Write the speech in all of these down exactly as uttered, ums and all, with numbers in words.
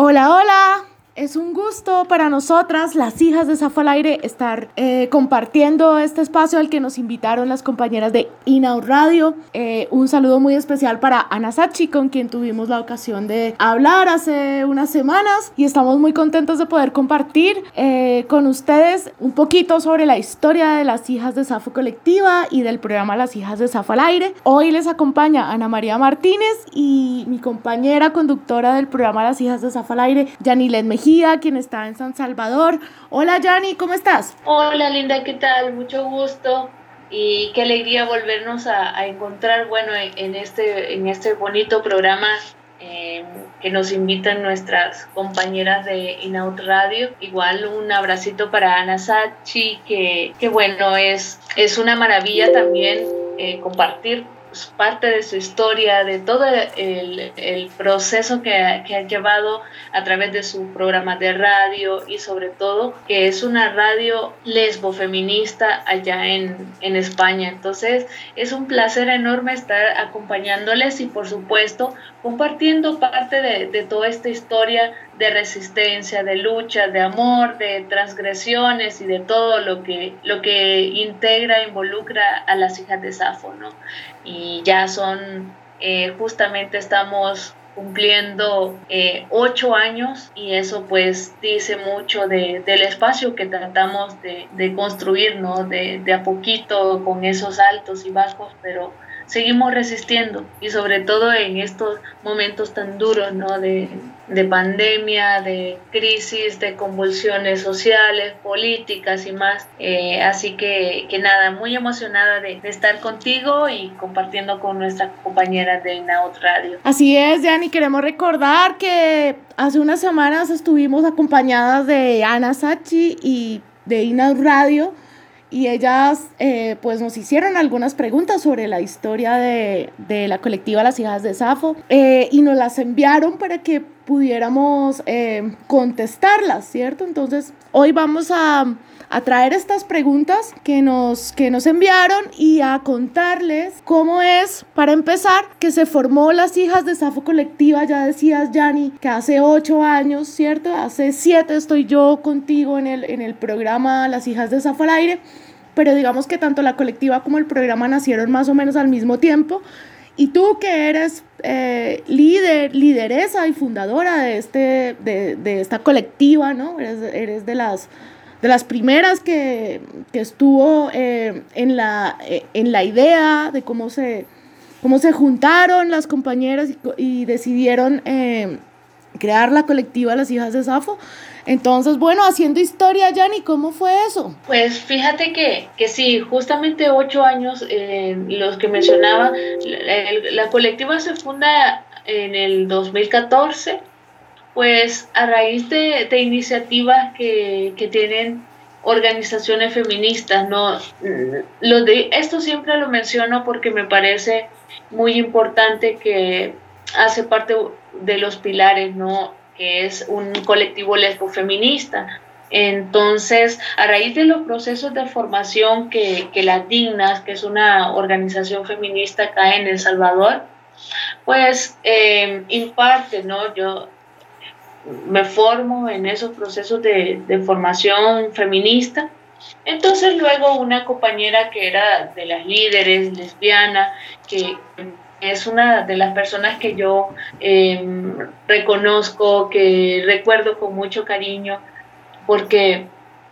Hola, hola. Es un gusto para nosotras, las hijas de Zafo al Aire, estar eh, compartiendo este espacio al que nos invitaron las compañeras de In-Out Radio. Eh, un saludo muy especial para Ana Sachi, con quien tuvimos la ocasión de hablar hace unas semanas y estamos muy contentos de poder compartir eh, con ustedes un poquito sobre la historia de las hijas de Zafo Colectiva y del programa Las Hijas de Zafo al Aire. Hoy les acompaña Ana María Martínez y mi compañera conductora del programa Las Hijas de Zafo al Aire, Yanilet Mejía, quien está en San Salvador. Hola Yani, ¿cómo estás? Hola Linda, ¿qué tal? Mucho gusto y qué alegría volvernos a, a encontrar, bueno, en, en, este, en este bonito programa eh, que nos invitan nuestras compañeras de In-Out Radio. Igual un abracito para Ana Sachi, que, que bueno, es, es una maravilla también eh, compartir parte de su historia, de todo el, el proceso que, que ha llevado a través de su programa de radio y sobre todo que es una radio lesbo-feminista allá en, en España. Entonces es un placer enorme estar acompañándoles y por supuesto compartiendo parte de, de toda esta historia de resistencia, de lucha, de amor, de transgresiones y de todo lo que, lo que integra, involucra a las hijas de Zafo, ¿no? Y ya son, eh, justamente estamos cumpliendo eh, ocho años y eso pues dice mucho de, del espacio que tratamos de, de construir, ¿no? De, de a poquito con esos altos y bajos, pero seguimos resistiendo y sobre todo en estos momentos tan duros, ¿no? de, de pandemia, de crisis, de convulsiones sociales, políticas y más. Eh, así que, que nada, muy emocionada de, de estar contigo y compartiendo con nuestras compañeras de In-Out Radio. Así es, Yanni, queremos recordar que hace unas semanas estuvimos acompañadas de Ana Sachi y de In-Out Radio, y ellas eh, pues nos hicieron algunas preguntas sobre la historia de, de la colectiva Las Hijas de Zafo eh, y nos las enviaron para que pudiéramos eh, contestarlas, ¿cierto? Entonces hoy vamos a, a traer estas preguntas que nos, que nos enviaron y a contarles cómo es, para empezar, que se formó Las Hijas de Zafo Colectiva. Ya decías, Yani, que hace ocho años, ¿cierto? Hace siete estoy yo contigo en el, en el programa Las Hijas de Zafo al Aire, pero digamos que tanto la colectiva como el programa nacieron más o menos al mismo tiempo. Y tú, que eres eh, líder, lideresa y fundadora de, este, de, de esta colectiva, ¿no? Eres, eres de las... de las primeras que, que estuvo eh, en, la, eh, en la idea de cómo se, cómo se juntaron las compañeras y, y decidieron eh, crear la colectiva Las Hijas de Zafo. Entonces, bueno, haciendo historia, Yani, ¿cómo fue eso? Pues fíjate que, que sí, justamente ocho años, eh, los que mencionaba, la, la colectiva se funda en el dos mil catorce, pues a raíz de, de iniciativas que, que tienen organizaciones feministas, ¿no? Lo de, esto siempre lo menciono porque me parece muy importante, que hace parte de los pilares, ¿no? Que es un colectivo lesbo-feminista. Entonces, a raíz de los procesos de formación que, que las Dignas, que es una organización feminista acá en El Salvador, pues eh, imparte, ¿no? Yo me formo en esos procesos de, de formación feminista. Entonces luego una compañera que era de las líderes, lesbiana, que es una de las personas que yo eh, reconozco, que recuerdo con mucho cariño, porque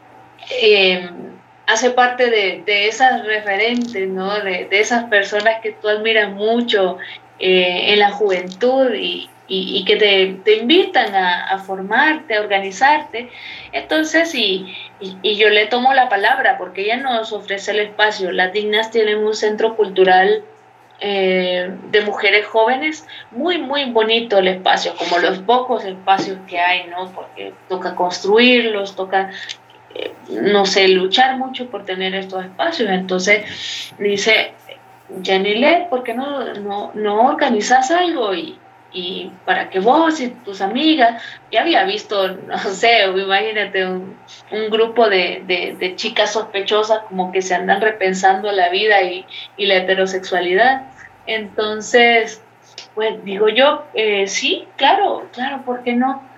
eh, hace parte de, de esas referentes, ¿no? de, de esas personas que tú admiras mucho eh, en la juventud y, y, y que te, te invitan a, a formarte, a organizarte. Entonces, y, y, y yo le tomo la palabra porque ella nos ofrece el espacio. Las Dignas tienen un centro cultural eh, de mujeres jóvenes, muy, muy bonito el espacio, como los pocos espacios que hay, ¿no? Porque toca construirlos, toca, eh, no sé, luchar mucho por tener estos espacios. Entonces, dice, Yanilet, ¿por qué no, no, no organizas algo? Y y para que vos y tus amigas, ya había visto, no sé, imagínate un, un grupo de, de, de chicas sospechosas como que se andan repensando la vida y, y la heterosexualidad. Entonces, pues digo yo, eh, sí, claro, claro, ¿por qué no?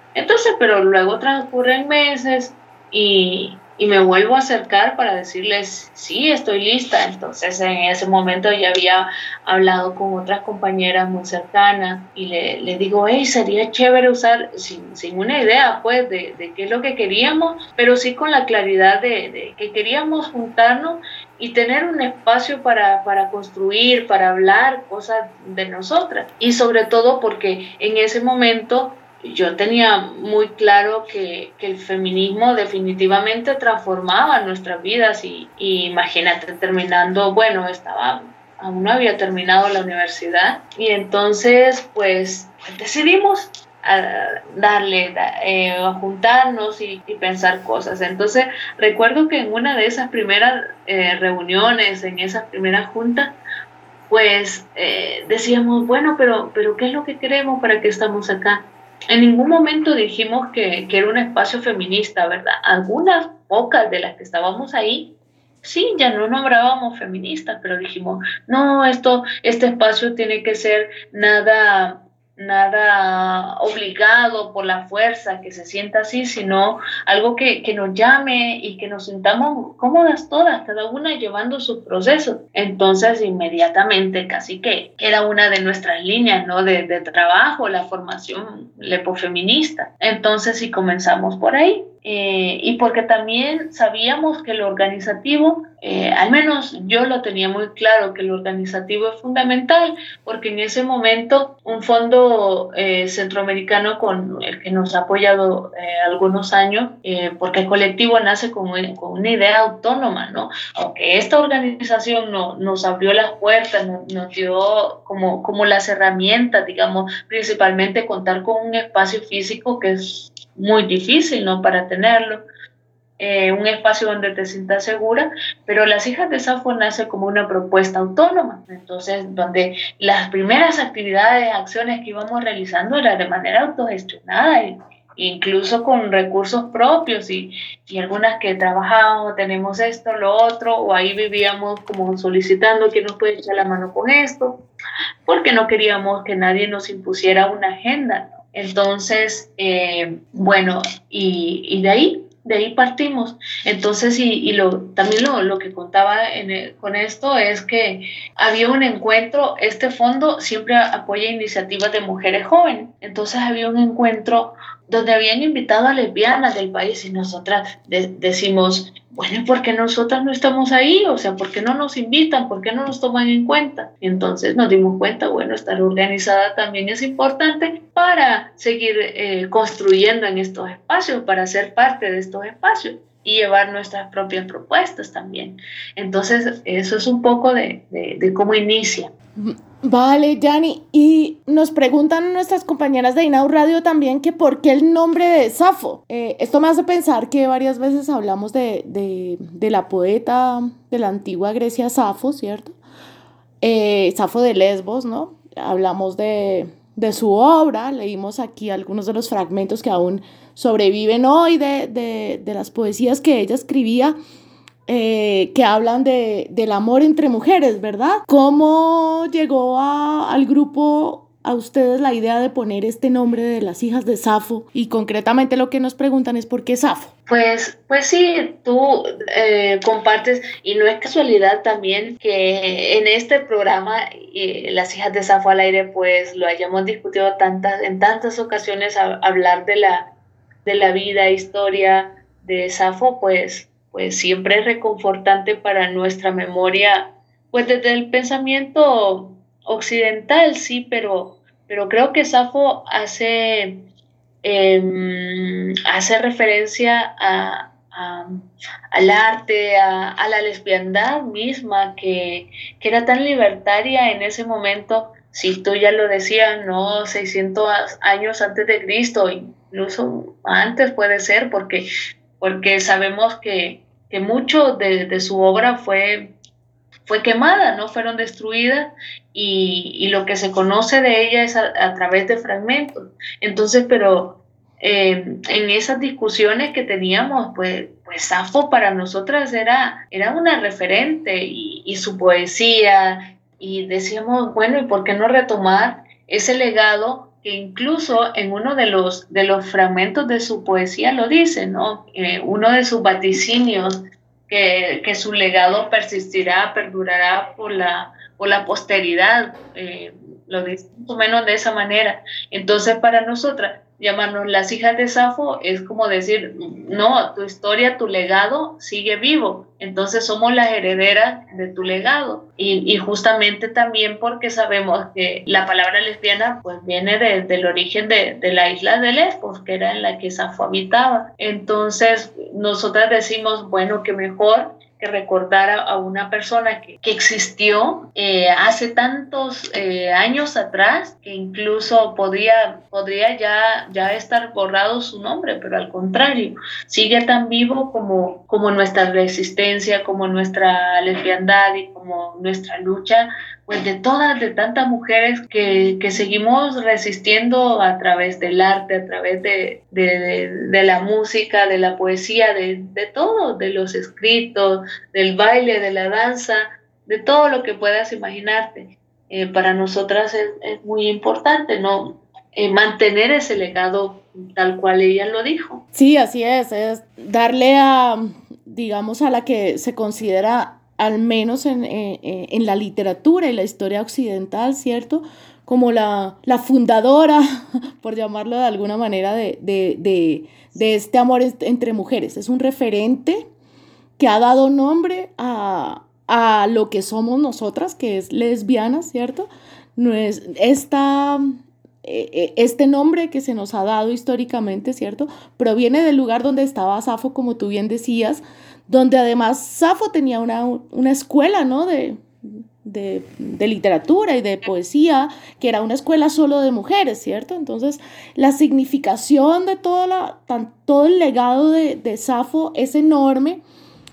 Entonces, pero luego transcurren meses y, y me vuelvo a acercar para decirles, sí, estoy lista. Entonces, en ese momento ya había hablado con otras compañeras muy cercanas y le, le digo, hey, sería chévere usar, sin, sin una idea, pues, de, de qué es lo que queríamos, pero sí con la claridad de, de que queríamos juntarnos y tener un espacio para, para construir, para hablar cosas de nosotras. Y sobre todo porque en ese momento yo tenía muy claro que, que el feminismo definitivamente transformaba nuestras vidas y, y imagínate terminando, bueno, estaba, aún no había terminado la universidad y entonces pues decidimos a darle, eh, a juntarnos y, y pensar cosas. Entonces recuerdo que en una de esas primeras eh, reuniones, en esas primeras juntas, pues eh, decíamos, bueno, pero, pero ¿qué es lo que queremos? ¿Para qué estamos acá? En ningún momento dijimos que, que era un espacio feminista, ¿verdad? Algunas pocas de las que estábamos ahí, sí, ya no nombrábamos feministas, pero dijimos, no, esto, este espacio tiene que ser nada, nada obligado por la fuerza, que se sienta así, sino algo que, que nos llame y que nos sintamos cómodas todas, cada una llevando sus procesos. Entonces, inmediatamente, casi que era una de nuestras líneas, ¿no? de, de trabajo, la formación lepofeminista. Entonces, sí comenzamos por ahí. Eh, y porque también sabíamos que lo organizativo, eh, al menos yo lo tenía muy claro, que lo organizativo es fundamental, porque en ese momento un fondo eh, centroamericano con el que nos ha apoyado eh, algunos años, eh, porque el colectivo nace con, con una idea autónoma, ¿no? Aunque esta organización no, nos abrió las puertas, no, nos dio como, como las herramientas, digamos, principalmente contar con un espacio físico que es muy difícil, ¿no? Para tenerlo, eh, un espacio donde te sientas segura, pero Las Hijas de Safo nace como una propuesta autónoma, entonces donde las primeras actividades, acciones que íbamos realizando eran de manera autogestionada, y, incluso con recursos propios y, y algunas que trabajábamos, tenemos esto, lo otro, o ahí vivíamos como solicitando que nos puede echar la mano con esto, porque no queríamos que nadie nos impusiera una agenda, ¿no? Entonces, eh, bueno, y, y de ahí, de ahí partimos. Entonces, y, y lo, también lo, lo que contaba en el, con esto es que había un encuentro, este fondo siempre apoya iniciativas de mujeres jóvenes, entonces había un encuentro donde habían invitado a lesbianas del país y nosotras de, decimos, bueno, ¿por qué nosotras no estamos ahí? O sea, ¿por qué no nos invitan? ¿Por qué no nos toman en cuenta? Y entonces nos dimos cuenta, bueno, estar organizada también es importante para seguir eh, construyendo en estos espacios, para ser parte de estos espacios y llevar nuestras propias propuestas también. Entonces, eso es un poco de, de, de cómo inicia. Vale, Yanni, y nos preguntan nuestras compañeras de Inaud Radio también que por qué el nombre de Safo. Eh, esto me hace pensar que varias veces hablamos de, de, de la poeta de la antigua Grecia, Safo, ¿cierto? Eh, Safo de Lesbos, ¿no? Hablamos de, de su obra, leímos aquí algunos de los fragmentos que aún sobreviven hoy de, de, de las poesías que ella escribía. Eh, que hablan de, del amor entre mujeres, ¿verdad? ¿Cómo llegó a, al grupo a ustedes la idea de poner este nombre de Las Hijas de Safo? Y concretamente lo que nos preguntan es ¿por qué Safo? Pues, pues sí, tú eh, compartes, y no es casualidad también que en este programa eh, Las Hijas de Safo al aire, pues lo hayamos discutido tantas, en tantas ocasiones, a, hablar de la, de la vida, historia de Safo, pues pues siempre es reconfortante para nuestra memoria, pues desde el pensamiento occidental, sí, pero, pero creo que Safo hace, eh, hace referencia a, a, al arte, a, a la lesbiandad misma, que, que era tan libertaria en ese momento. Si tú ya lo decías, ¿no? seiscientos años antes de Cristo, incluso antes puede ser, porque porque sabemos que, que mucho de, de su obra fue, fue quemada, ¿no? Fueron destruidas y, y lo que se conoce de ella es a, a través de fragmentos. Entonces, pero eh, en esas discusiones que teníamos, pues, pues Safo para nosotras era, era una referente y, y su poesía, y decíamos, bueno, ¿y por qué no retomar ese legado que incluso en uno de los, de los fragmentos de su poesía lo dice, ¿no? Eh, uno de sus vaticinios, que, que su legado persistirá, perdurará por la, por la posteridad, eh, lo dice más o menos de esa manera. Entonces, para nosotras, llamarnos las hijas de Safo es como decir, no, tu historia, tu legado sigue vivo, entonces somos las herederas de tu legado. Y, y justamente también porque sabemos que la palabra lesbiana pues viene de, del origen de, de la isla de Lesbos, que era en la que Safo habitaba. Entonces nosotras decimos, bueno, que mejor que recordar a, a una persona que, que existió eh, hace tantos eh, años atrás, que incluso podría, podría ya, ya estar borrado su nombre, pero al contrario, sigue tan vivo como, como nuestra resistencia, como nuestra lesbiandad y como nuestra lucha, pues de todas, de tantas mujeres que, que seguimos resistiendo a través del arte, a través de, de, de, de la música, de la poesía, de, de todo, de los escritos, del baile, de la danza, de todo lo que puedas imaginarte. Eh, para nosotras es, es muy importante, ¿no? Eh, mantener ese legado tal cual ella lo dijo. Sí, así es, es darle a, digamos, a la que se considera, al menos en, en, en la literatura y la historia occidental, ¿cierto?, como la, la fundadora, por llamarlo de alguna manera, de, de, de, de este amor entre mujeres. Es un referente que ha dado nombre a, a lo que somos nosotras, que es lesbianas, ¿cierto? No es esta... Este nombre que se nos ha dado históricamente, ¿cierto?, proviene del lugar donde estaba Safo, como tú bien decías, donde además Safo tenía una, una escuela, ¿no?, de, de, de literatura y de poesía, que era una escuela solo de mujeres, ¿cierto? Entonces, la significación de toda la, tan, todo el legado de, de Safo es enorme.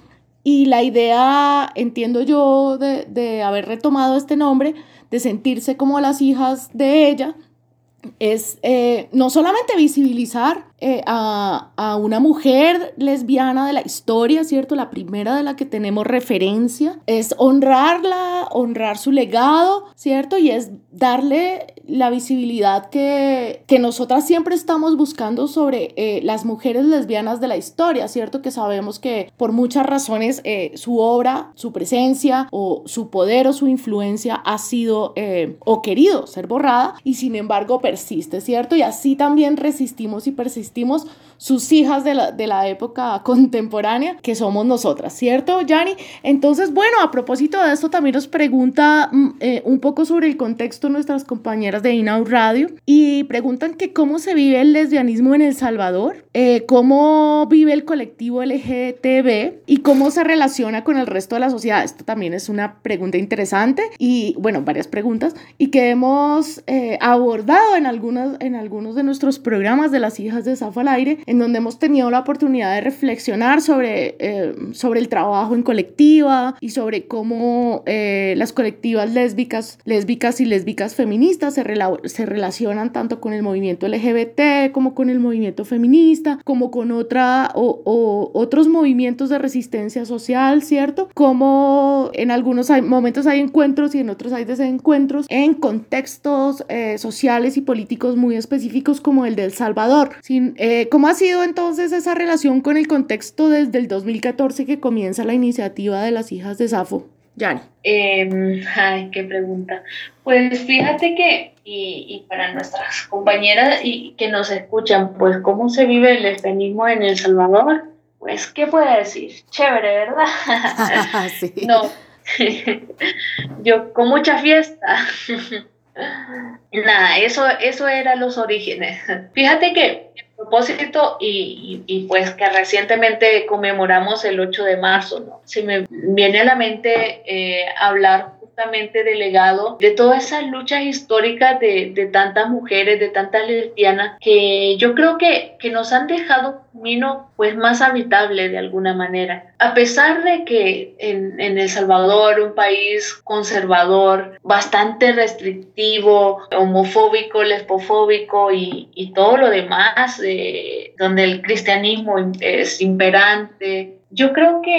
Y la idea, entiendo yo, de, de haber retomado este nombre, de sentirse como las hijas de ella, es eh, no solamente visibilizar eh, a, a una mujer lesbiana de la historia, ¿cierto?, la primera de la que tenemos referencia, es honrarla, honrar su legado, ¿cierto?, y es darle la visibilidad que, que nosotras siempre estamos buscando sobre eh, las mujeres lesbianas de la historia, ¿cierto?, que sabemos que por muchas razones eh, su obra, su presencia o su poder o su influencia ha sido eh, o querido ser borrada, y sin embargo persiste, ¿cierto? Y así también resistimos y persistimos sus hijas de la, de la época contemporánea, que somos nosotras, ¿cierto, Yani? Entonces, bueno, a propósito de esto, también nos pregunta eh, un poco sobre el contexto nuestras compañeras de Inaud Radio, y preguntan que cómo se vive el lesbianismo en El Salvador, eh, cómo vive el colectivo L G T B y cómo se relaciona con el resto de la sociedad. Esto también es una pregunta interesante, y bueno, varias preguntas, y que hemos eh, abordado en, algunas, en algunos de nuestros programas de las hijas de Safo al aire, en donde hemos tenido la oportunidad de reflexionar sobre, eh, sobre el trabajo en colectiva y sobre cómo eh, las colectivas lésbicas, lésbicas y lésbicas feministas se, rela- se relacionan tanto con el movimiento L G B T como con el movimiento feminista, como con otra, o, o, otros movimientos de resistencia social, ¿cierto? Como en algunos hay, momentos hay encuentros y en otros hay desencuentros en contextos eh, sociales y políticos muy específicos como el de El Salvador. Sin, eh, ¿Cómo ha sido entonces esa relación con el contexto desde el dos mil catorce que comienza la iniciativa de las hijas de Safo? Yani. Eh, ay, qué pregunta. Pues fíjate que, y, y para nuestras compañeras y que nos escuchan, pues cómo se vive el lesbianismo en El Salvador, pues qué puedo decir, chévere, ¿verdad? Sí. No, yo con mucha fiesta. Nada, eso, eso eran los orígenes. Fíjate que a propósito, y, y, y pues que recientemente conmemoramos el ocho de marzo, ¿no? Se me viene a la mente eh, hablar justamente del legado de todas esas luchas históricas de, de tantas mujeres, de tantas lesbianas, que yo creo que, que nos han dejado un camino pues más habitable de alguna manera. A pesar de que en, en El Salvador, un país conservador, bastante restrictivo, homofóbico, lesbofóbico y, y todo lo demás, eh, donde el cristianismo es imperante, yo creo que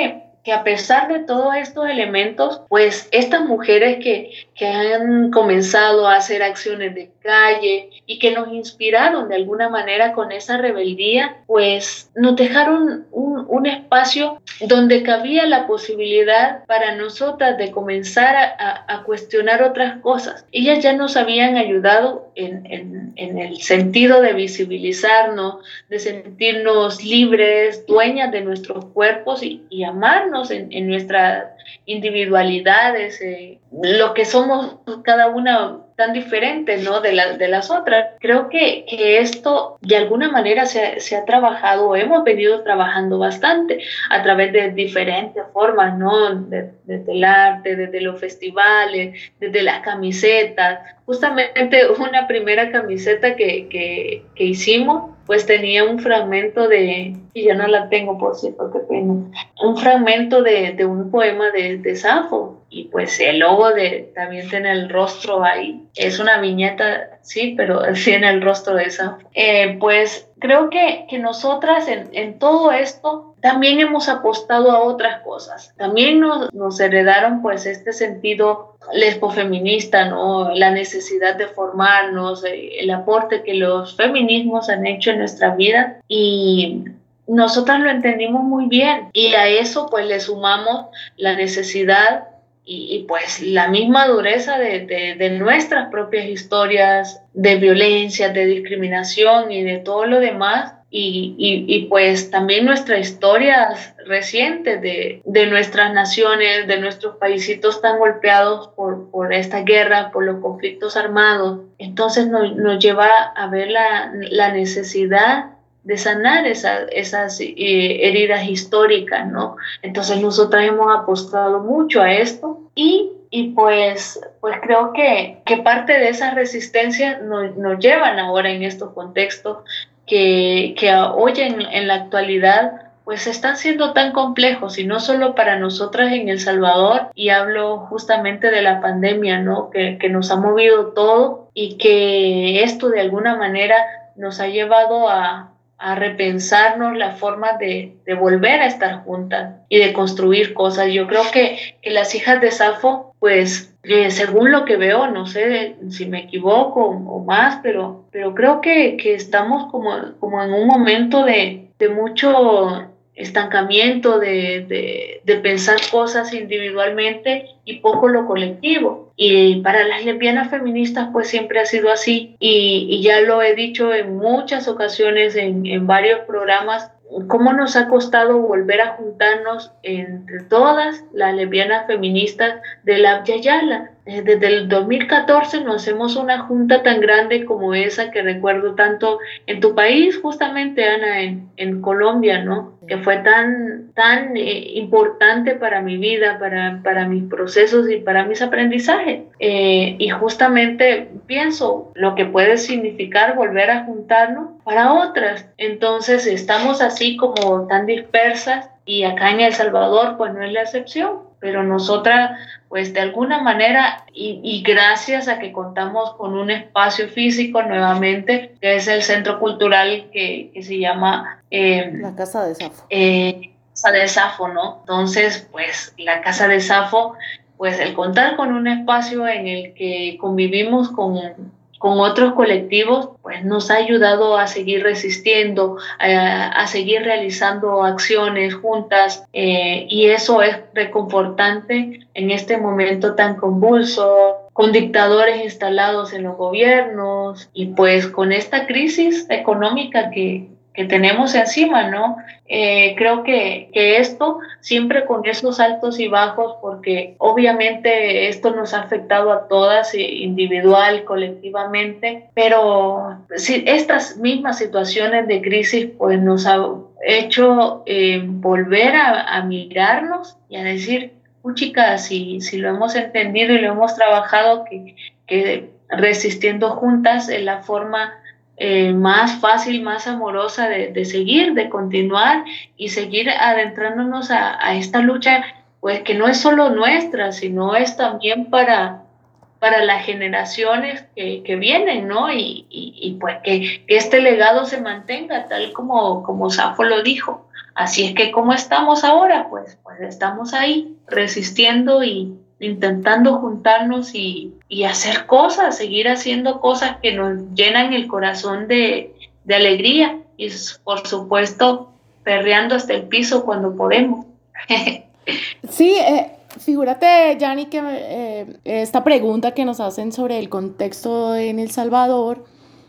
que a pesar de todos estos elementos, pues estas mujeres que, que han comenzado a hacer acciones de calle y que nos inspiraron de alguna manera con esa rebeldía, pues nos dejaron un, un espacio donde cabía la posibilidad para nosotras de comenzar a, a, a cuestionar otras cosas. Ellas ya nos habían ayudado en, en, en el sentido de visibilizarnos, de sentirnos libres, dueñas de nuestros cuerpos y, y amarnos en, en nuestras individualidades, eh, lo que somos cada una tan diferentes, ¿no? de, la, de las otras. Creo que, que esto de alguna manera se, se ha trabajado, hemos venido trabajando bastante a través de diferentes formas, ¿no? De, desde el arte, desde los festivales, desde las camisetas. Justamente una primera camiseta que, que, que hicimos, pues tenía un fragmento de, y ya no la tengo por cierto, qué pena, un fragmento de, de un poema de, de Safo, y pues el logo de, también tiene el rostro ahí, es una viñeta, sí, pero tiene el rostro de Safo. Eh, pues creo que, que nosotras en, en todo esto también hemos apostado a otras cosas, también nos, nos heredaron pues este sentido lesbofeminista, ¿no? La necesidad de formarnos, el aporte que los feminismos han hecho en nuestra vida, y nosotras lo entendimos muy bien, y a eso pues le sumamos la necesidad y, y pues la misma dureza de, de, de nuestras propias historias de violencia, de discriminación y de todo lo demás. Y, y, y pues también nuestras historias recientes de, de nuestras naciones, de nuestros paisitos tan golpeados por, por esta guerra, por los conflictos armados. Entonces nos, nos lleva a ver la, la necesidad de sanar esa, esas eh, heridas históricas, ¿no? Entonces nosotras hemos apostado mucho a esto y Y pues, pues creo que, que parte de esa resistencia nos, nos llevan ahora en estos contextos que, que hoy en, en la actualidad pues están siendo tan complejos, y no solo para nosotras en El Salvador, y hablo justamente de la pandemia, ¿no? Que, que nos ha movido todo y que esto de alguna manera nos ha llevado a, a repensarnos la forma de, de volver a estar juntas y de construir cosas. Yo creo que, que las hijas de Safo, pues eh, según lo que veo, no sé si me equivoco o más, pero, pero creo que, que estamos como, como en un momento de, de mucho estancamiento, de, de, de pensar cosas individualmente y poco lo colectivo. Y para las lesbianas feministas pues siempre ha sido así, y, y ya lo he dicho en muchas ocasiones en, en varios programas, cómo nos ha costado volver a juntarnos entre todas las lesbianas feministas de la Yayala. Desde el dos mil catorce no hacemos una junta tan grande como esa que recuerdo tanto en tu país, justamente, Ana, en, en Colombia, ¿no? Que fue tan, tan eh, importante para mi vida, para, para mis procesos y para mis aprendizajes. Eh, y justamente pienso lo que puede significar volver a juntarnos para otras. Entonces estamos así como tan dispersas, y acá en El Salvador pues no es la excepción. Pero nosotras, pues de alguna manera, y, y gracias a que contamos con un espacio físico nuevamente, que es el centro cultural que, que se llama... Eh, la Casa de Safo. Eh, Casa de Safo, ¿no? Entonces, pues la Casa de Safo, pues el contar con un espacio en el que convivimos con... con otros colectivos, pues nos ha ayudado a seguir resistiendo, a, a seguir realizando acciones juntas, eh, y eso es reconfortante en este momento tan convulso, con dictadores instalados en los gobiernos y pues con esta crisis económica que, que tenemos encima, ¿no? Eh, creo que, que esto, siempre con esos altos y bajos, porque obviamente esto nos ha afectado a todas, individual, colectivamente, pero si estas mismas situaciones de crisis pues nos ha hecho eh, volver a, a mirarnos y a decir, oh, chicas, si, si lo hemos entendido y lo hemos trabajado, que, que resistiendo juntas es la forma Eh, más fácil, más amorosa de, de seguir, de continuar y seguir adentrándonos a, a esta lucha, pues que no es solo nuestra, sino es también para, para las generaciones que, que vienen, ¿no? Y, y, y pues que, que este legado se mantenga tal como, como Safo lo dijo. Así es que, ¿cómo estamos ahora? Pues, pues estamos ahí resistiendo y intentando juntarnos y, y hacer cosas, seguir haciendo cosas que nos llenan el corazón de, de alegría y, por supuesto, perreando hasta el piso cuando podemos. Sí, eh, figúrate, Yanni, que eh, esta pregunta que nos hacen sobre el contexto en El Salvador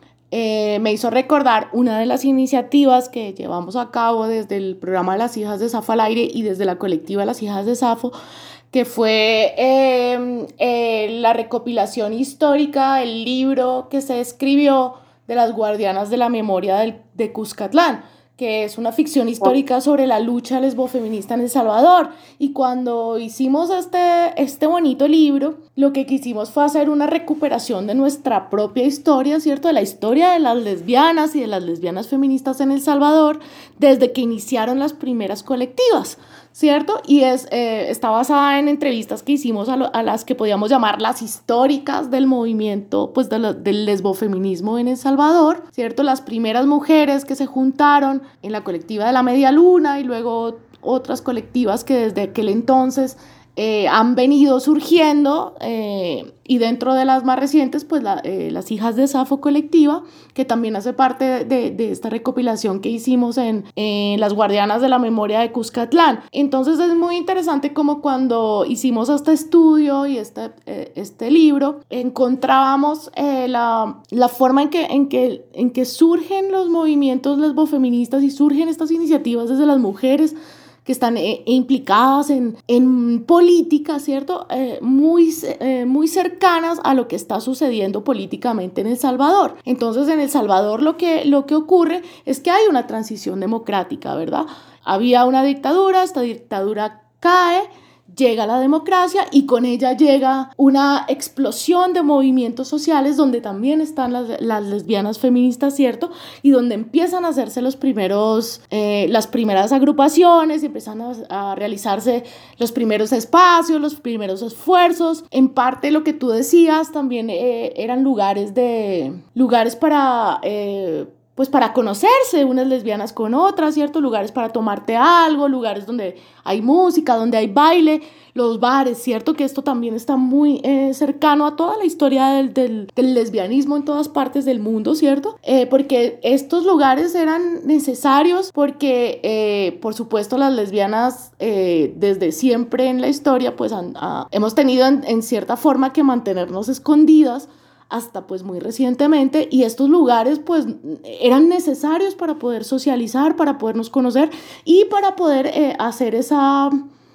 eh, me hizo recordar una de las iniciativas que llevamos a cabo desde el programa Las Hijas de Safo al Aire y desde la colectiva Las Hijas de Safo, que fue eh, eh, la recopilación histórica, el libro que se escribió de las guardianas de la memoria del, de Cuscatlán, que es una ficción histórica sobre la lucha lesbofeminista en El Salvador. Y cuando hicimos este, este bonito libro, lo que quisimos fue hacer una recuperación de nuestra propia historia, ¿cierto? De la historia de las lesbianas y de las lesbianas feministas en El Salvador, desde que iniciaron las primeras colectivas, ¿cierto? Y es, eh, está basada en entrevistas que hicimos a, lo, a las que podíamos llamar las históricas del movimiento, pues de lo, del lesbofeminismo en El Salvador, ¿cierto? Las primeras mujeres que se juntaron en la colectiva de la Media Luna y luego otras colectivas que desde aquel entonces eh, han venido surgiendo eh, y dentro de las más recientes, pues la, eh, las Hijas de Safo colectiva, que también hace parte de, de, de esta recopilación que hicimos en, en Las Guardianas de la Memoria de Cuscatlán. Entonces es muy interesante como cuando hicimos este estudio y este, eh, este libro, encontrábamos eh, la, la forma en que, en, que, en que surgen los movimientos lesbofeministas y surgen estas iniciativas desde las mujeres que están eh, implicadas en, en política, ¿cierto? Eh, muy, eh, muy cercanas a lo que está sucediendo políticamente en El Salvador. Entonces, en El Salvador lo que, lo que ocurre es que hay una transición democrática, ¿verdad? Había una dictadura, esta dictadura cae, llega la democracia y con ella llega una explosión de movimientos sociales donde también están las, las lesbianas feministas, ¿cierto? Y donde empiezan a hacerse los primeros, eh, las primeras agrupaciones, empiezan a, a realizarse los primeros espacios, los primeros esfuerzos. En parte lo que tú decías también eh, eran lugares, de, lugares para... Eh, pues para conocerse unas lesbianas con otras, ¿cierto? Lugares para tomarte algo, lugares donde hay música, donde hay baile, los bares, ¿cierto? Que esto también está muy eh, cercano a toda la historia del, del, del lesbianismo en todas partes del mundo, ¿cierto? Eh, porque estos lugares eran necesarios porque, eh, por supuesto, las lesbianas eh, desde siempre en la historia, pues han, ha, hemos tenido en, en cierta forma que mantenernos escondidas hasta pues muy recientemente, y estos lugares pues eran necesarios para poder socializar, para podernos conocer y para poder eh, hacer esa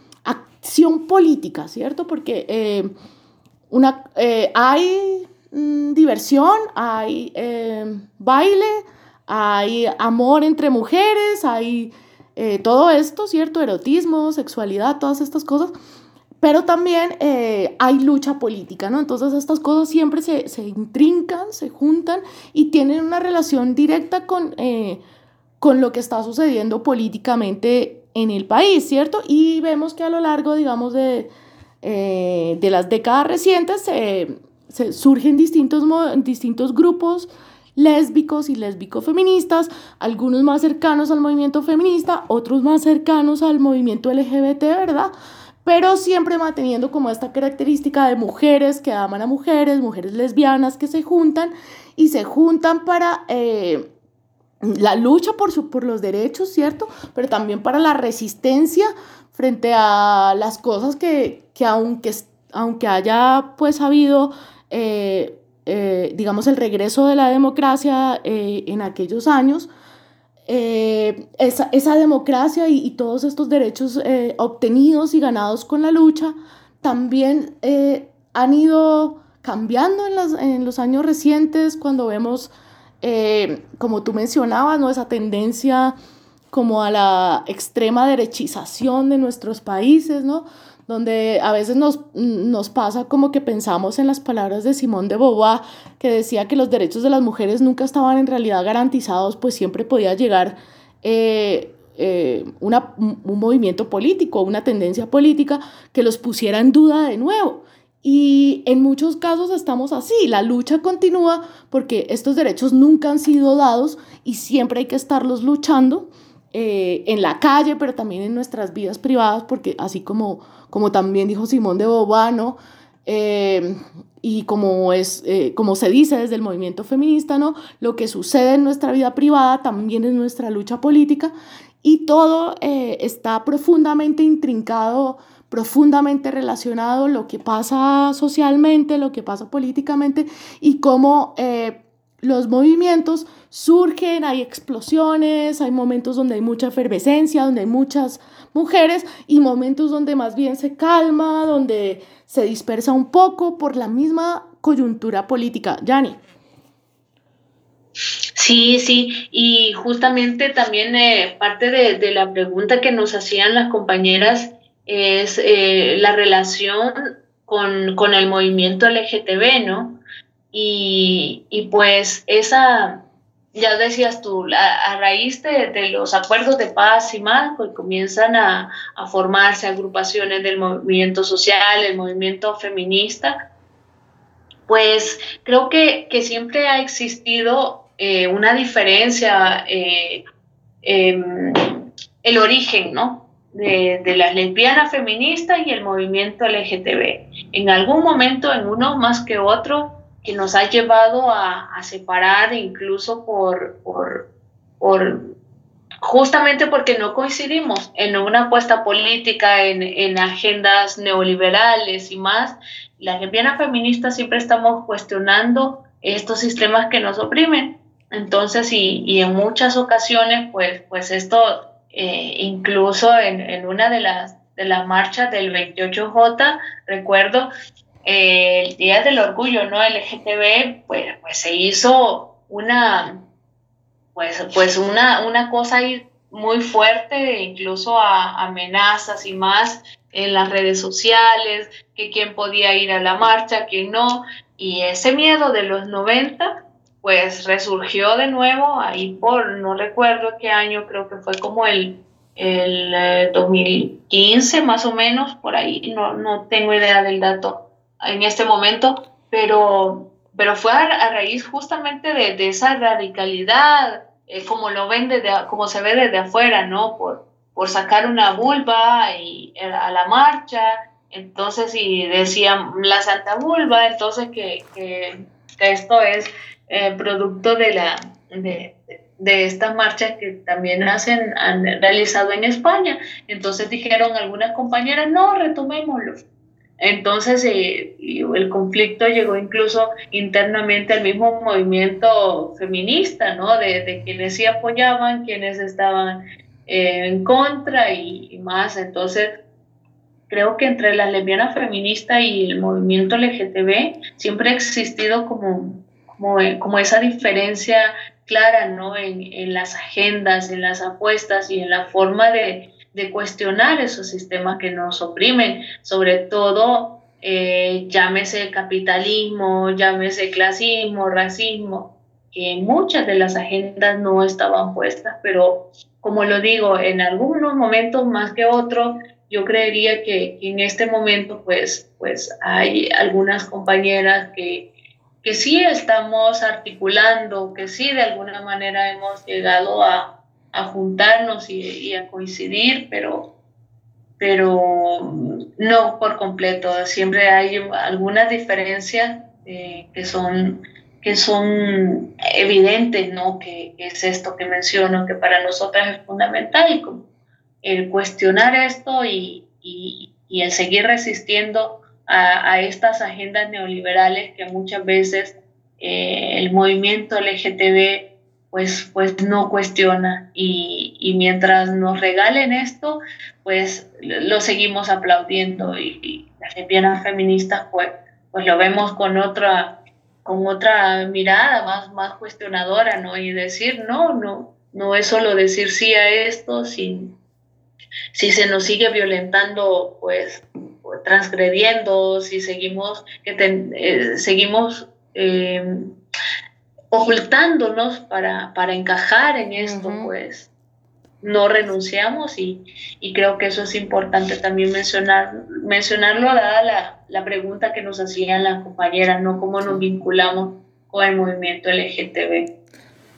acción política, ¿cierto? Porque eh, una, eh, hay mmm, diversión, hay eh, baile, hay amor entre mujeres, hay eh, todo esto, ¿cierto? Erotismo, sexualidad, todas estas cosas. Pero también eh, hay lucha política, ¿no? Entonces estas cosas siempre se, se intrincan, se juntan y tienen una relación directa con, eh, con lo que está sucediendo políticamente en el país, ¿cierto? Y vemos que a lo largo, digamos, de, eh, de las décadas recientes eh, se surgen distintos, distintos grupos lésbicos y lésbico-feministas, algunos más cercanos al movimiento feminista, otros más cercanos al movimiento L G B T, ¿verdad? Pero siempre manteniendo como esta característica de mujeres que aman a mujeres, mujeres lesbianas que se juntan y se juntan para eh, la lucha por, su, por los derechos, ¿cierto? Pero también para la resistencia frente a las cosas que, que aunque, aunque haya pues habido, eh, eh, digamos, el regreso de la democracia eh, en aquellos años, Eh, esa, esa democracia y, y todos estos derechos eh, obtenidos y ganados con la lucha también eh, han ido cambiando en, las, en los años recientes cuando vemos, eh, como tú mencionabas, ¿no? Esa tendencia como a la extrema derechización de nuestros países, ¿no? Donde a veces nos, nos pasa como que pensamos en las palabras de Simone de Beauvoir, que decía que los derechos de las mujeres nunca estaban en realidad garantizados, pues siempre podía llegar eh, eh, una, un movimiento político, una tendencia política que los pusiera en duda de nuevo. Y en muchos casos estamos así, la lucha continúa porque estos derechos nunca han sido dados y siempre hay que estarlos luchando. eh, en la calle, pero también en nuestras vidas privadas, porque así como, como también dijo Simón de Beauvoir, ¿no? Eh, y como, es, eh, como se dice desde el movimiento feminista, ¿no? Lo que sucede en nuestra vida privada también es nuestra lucha política, y todo eh, está profundamente intrincado, profundamente relacionado, lo que pasa socialmente, lo que pasa políticamente, y cómo eh, los movimientos surgen, hay explosiones, hay momentos donde hay mucha efervescencia, donde hay muchas mujeres, y momentos donde más bien se calma, donde se dispersa un poco por la misma coyuntura política. Yani. Sí, sí, y justamente también eh, parte de, de la pregunta que nos hacían las compañeras es eh, la relación con, con el movimiento L G T B, ¿no? Y, y pues esa, ya decías tú, a, a raíz de, de los acuerdos de paz y más, pues comienzan a, a formarse agrupaciones del movimiento social, el movimiento feminista. Pues creo que, que siempre ha existido eh, una diferencia, eh, eh, el origen, ¿no? De, de las lesbianas feministas y el movimiento L G T B. En algún momento, en uno más que otro, que nos ha llevado a, a separar incluso por, por, por, justamente porque no coincidimos en una apuesta política, en, en agendas neoliberales y más. Las lesbianas feministas siempre estamos cuestionando estos sistemas que nos oprimen. Entonces, y, y en muchas ocasiones, pues, pues esto, eh, incluso en, en una de las, de las marchas del veintiocho J, recuerdo, eh, el Día del Orgullo, ¿no? L G T B, pues, pues se hizo una, pues, pues una, una cosa ahí muy fuerte, incluso a amenazas y más en las redes sociales, que quién podía ir a la marcha, quién no, y ese miedo de los noventa, pues resurgió de nuevo ahí por, no recuerdo qué año, creo que fue como el, el eh, dos mil quince más o menos, por ahí, no, no tengo idea del dato en este momento, pero, pero fue a, a raíz justamente de, de esa radicalidad, eh, como lo ven desde, como se ve desde afuera, ¿no? Por, por sacar una vulva y, a la marcha, entonces, y decían la Santa Vulva, entonces que, que, que esto es eh, producto de, la, de, de estas marchas que también hacen, han realizado en España. Entonces dijeron algunas compañeras, no, retomémoslo. Entonces eh, el conflicto llegó incluso internamente al mismo movimiento feminista, ¿no? De, de quienes sí apoyaban, quienes estaban eh, en contra y, y más. Entonces creo que entre las lesbianas feministas y el movimiento L G T B siempre ha existido como, como, como esa diferencia clara, ¿no? En, en las agendas, en las apuestas y en la forma de de cuestionar esos sistemas que nos oprimen, sobre todo eh, llámese capitalismo, llámese clasismo, racismo, que muchas de las agendas no estaban puestas, pero como lo digo, en algunos momentos más que otros, yo creería que, que en este momento pues, pues hay algunas compañeras que, que sí estamos articulando, que sí de alguna manera hemos llegado a a juntarnos y, y a coincidir, pero, pero no por completo. Siempre hay algunas diferencias eh, que son que son evidentes, ¿no? Que, que es esto que menciono, que para nosotras es fundamental, y como el cuestionar esto y, y, y el seguir resistiendo a, a estas agendas neoliberales que muchas veces eh, el movimiento L G T B Pues, pues no cuestiona, y, y mientras nos regalen esto, pues lo seguimos aplaudiendo, y, y las lesbianas feministas pues, pues lo vemos con otra, con otra mirada más, más cuestionadora, ¿no? Y decir, no, no, no es solo decir sí a esto, si, si se nos sigue violentando, pues, pues transgrediendo, si seguimos, que ten, eh, seguimos eh, ocultándonos para, para encajar en esto, uh-huh. Pues no renunciamos, y, y creo que eso es importante también mencionar, mencionarlo dada la, la pregunta que nos hacían las compañeras, ¿no? Cómo nos vinculamos con el movimiento L G T B.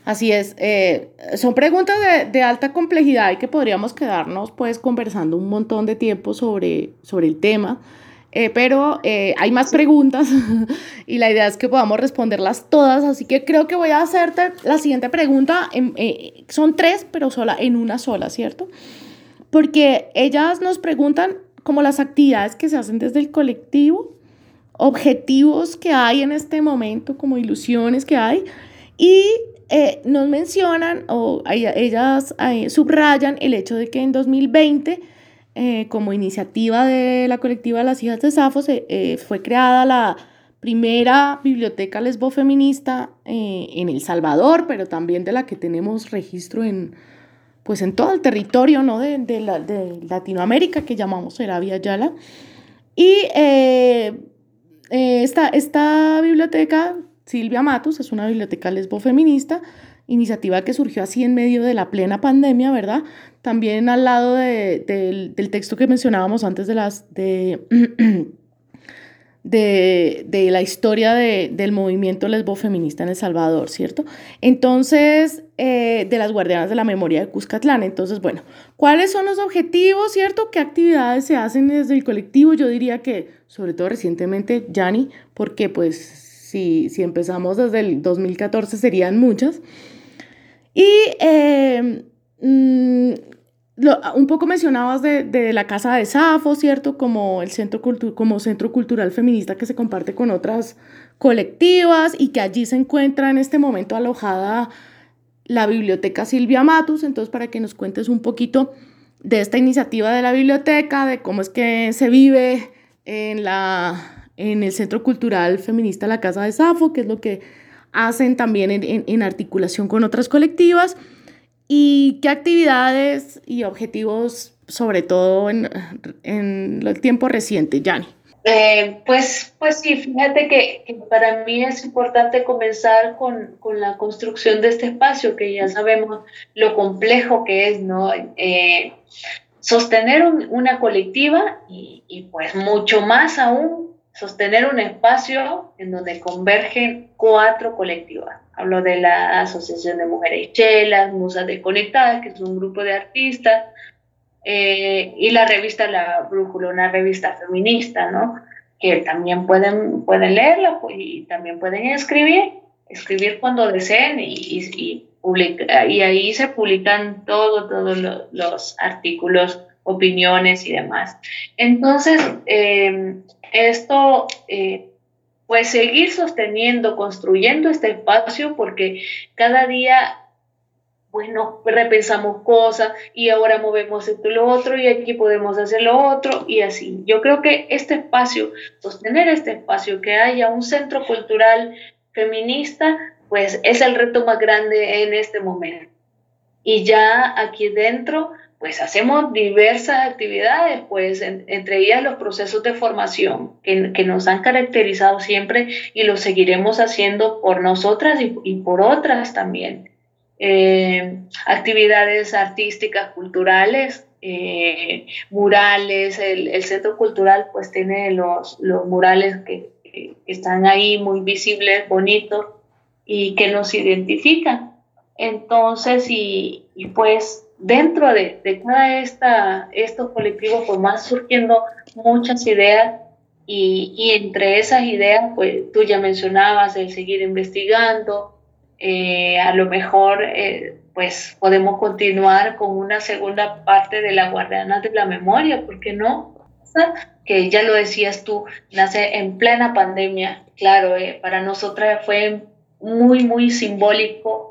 Así es, eh, son preguntas de, de alta complejidad y que podríamos quedarnos pues conversando un montón de tiempo sobre, sobre el tema, eh, pero eh, hay más preguntas y la idea es que podamos responderlas todas, así que creo que voy a hacerte la siguiente pregunta, en, eh, son tres, pero sola, en una sola, ¿cierto? Porque ellas nos preguntan como las actividades que se hacen desde el colectivo, objetivos que hay en este momento, como ilusiones que hay, y eh, nos mencionan o ellas eh, subrayan el hecho de que en dos mil veinte, eh, como iniciativa de la colectiva Las Hijas de Safo, se, eh, fue creada la primera biblioteca lesbofeminista eh, en El Salvador, pero también de la que tenemos registro en, pues en todo el territorio, ¿no? de, de, la, de Latinoamérica, que llamamos Saravia Yala. Y eh, eh, esta, esta biblioteca, Silvia Matus, es una biblioteca lesbofeminista, iniciativa que surgió así en medio de la plena pandemia, ¿verdad? También al lado de, de, del texto que mencionábamos antes de las... De, De, de la historia de, del movimiento lesbofeminista en El Salvador, ¿cierto? Entonces, eh, de las guardianas de la memoria de Cuscatlán. Entonces, bueno, ¿cuáles son los objetivos, cierto? ¿Qué actividades se hacen desde el colectivo? Yo diría que, sobre todo recientemente, Yani, porque pues si, si empezamos desde el dos mil catorce serían muchas. Y... Eh, mmm, Lo, un poco mencionabas de, de la Casa de Safo, ¿cierto? Como el centro, cultu- como centro cultural feminista que se comparte con otras colectivas y que allí se encuentra en este momento alojada la biblioteca Silvia Matus. Entonces, para que nos cuentes un poquito de esta iniciativa de la biblioteca, de cómo es que se vive en, la, en el centro cultural feminista La Casa de Safo, que es lo que hacen también en, en, en articulación con otras colectivas. ¿Y qué actividades y objetivos, sobre todo en, en el tiempo reciente, Yani? Eh, pues, pues sí, fíjate que, que para mí es importante comenzar con, con la construcción de este espacio, que ya sabemos lo complejo que es, ¿no? Eh, sostener un, una colectiva y, y pues mucho más aún sostener un espacio en donde convergen cuatro colectivas. Hablo de la Asociación de Mujeres Chelas, Musas Desconectadas, que es un grupo de artistas, eh, y la revista La Brújula, una revista feminista, ¿no? Que también pueden, pueden leerla pues, y también pueden escribir, escribir cuando deseen y, y, y, publica, y ahí se publican todos todo lo, los artículos, opiniones y demás. Entonces, eh, esto... Eh, pues seguir sosteniendo, construyendo este espacio, porque cada día, bueno, repensamos cosas y ahora movemos esto y lo otro y aquí podemos hacer lo otro y así. Yo creo que este espacio, sostener este espacio, que haya un centro cultural feminista, pues es el reto más grande en este momento. Y ya aquí dentro, pues hacemos diversas actividades, pues en, entre ellas los procesos de formación que, que nos han caracterizado siempre y los seguiremos haciendo por nosotras y, y por otras también. Eh, actividades artísticas, culturales, eh, murales, el, el centro cultural pues tiene los, los murales que, que están ahí muy visibles, bonitos y que nos identifican. Entonces, y, y pues dentro de, de cada esta, estos colectivos, pues van surgiendo muchas ideas y, y entre esas ideas, pues tú ya mencionabas el seguir investigando, eh, a lo mejor eh, pues podemos continuar con una segunda parte de la Guardianas de la Memoria, ¿por qué no? Que ya lo decías tú, nace en plena pandemia, claro, eh, para nosotras fue muy, muy simbólico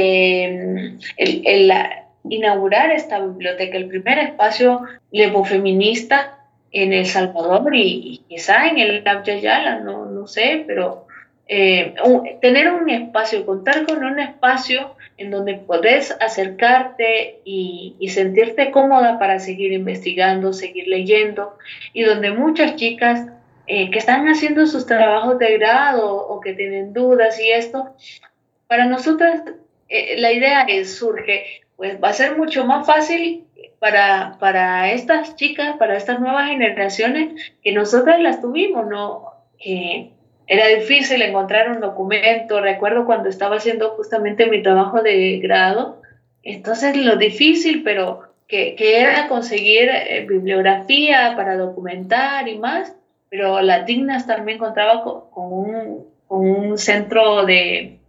eh, el, el inaugurar esta biblioteca, el primer espacio lesbofeminista en El Salvador y, y quizá en el Saravia Yala, no, no sé, pero eh, un, tener un espacio, contar con un espacio en donde podés acercarte y, y sentirte cómoda para seguir investigando, seguir leyendo, y donde muchas chicas eh, que están haciendo sus trabajos de grado o que tienen dudas y esto, para nosotras eh, la idea es, surge, pues va a ser mucho más fácil para, para estas chicas, para estas nuevas generaciones que nosotras las tuvimos, ¿no? Que era difícil encontrar un documento. Recuerdo cuando estaba haciendo justamente mi trabajo de grado, entonces lo difícil, pero que, que era conseguir eh, bibliografía para documentar y más, pero la Dignas también contaba con, con, un, con un centro de,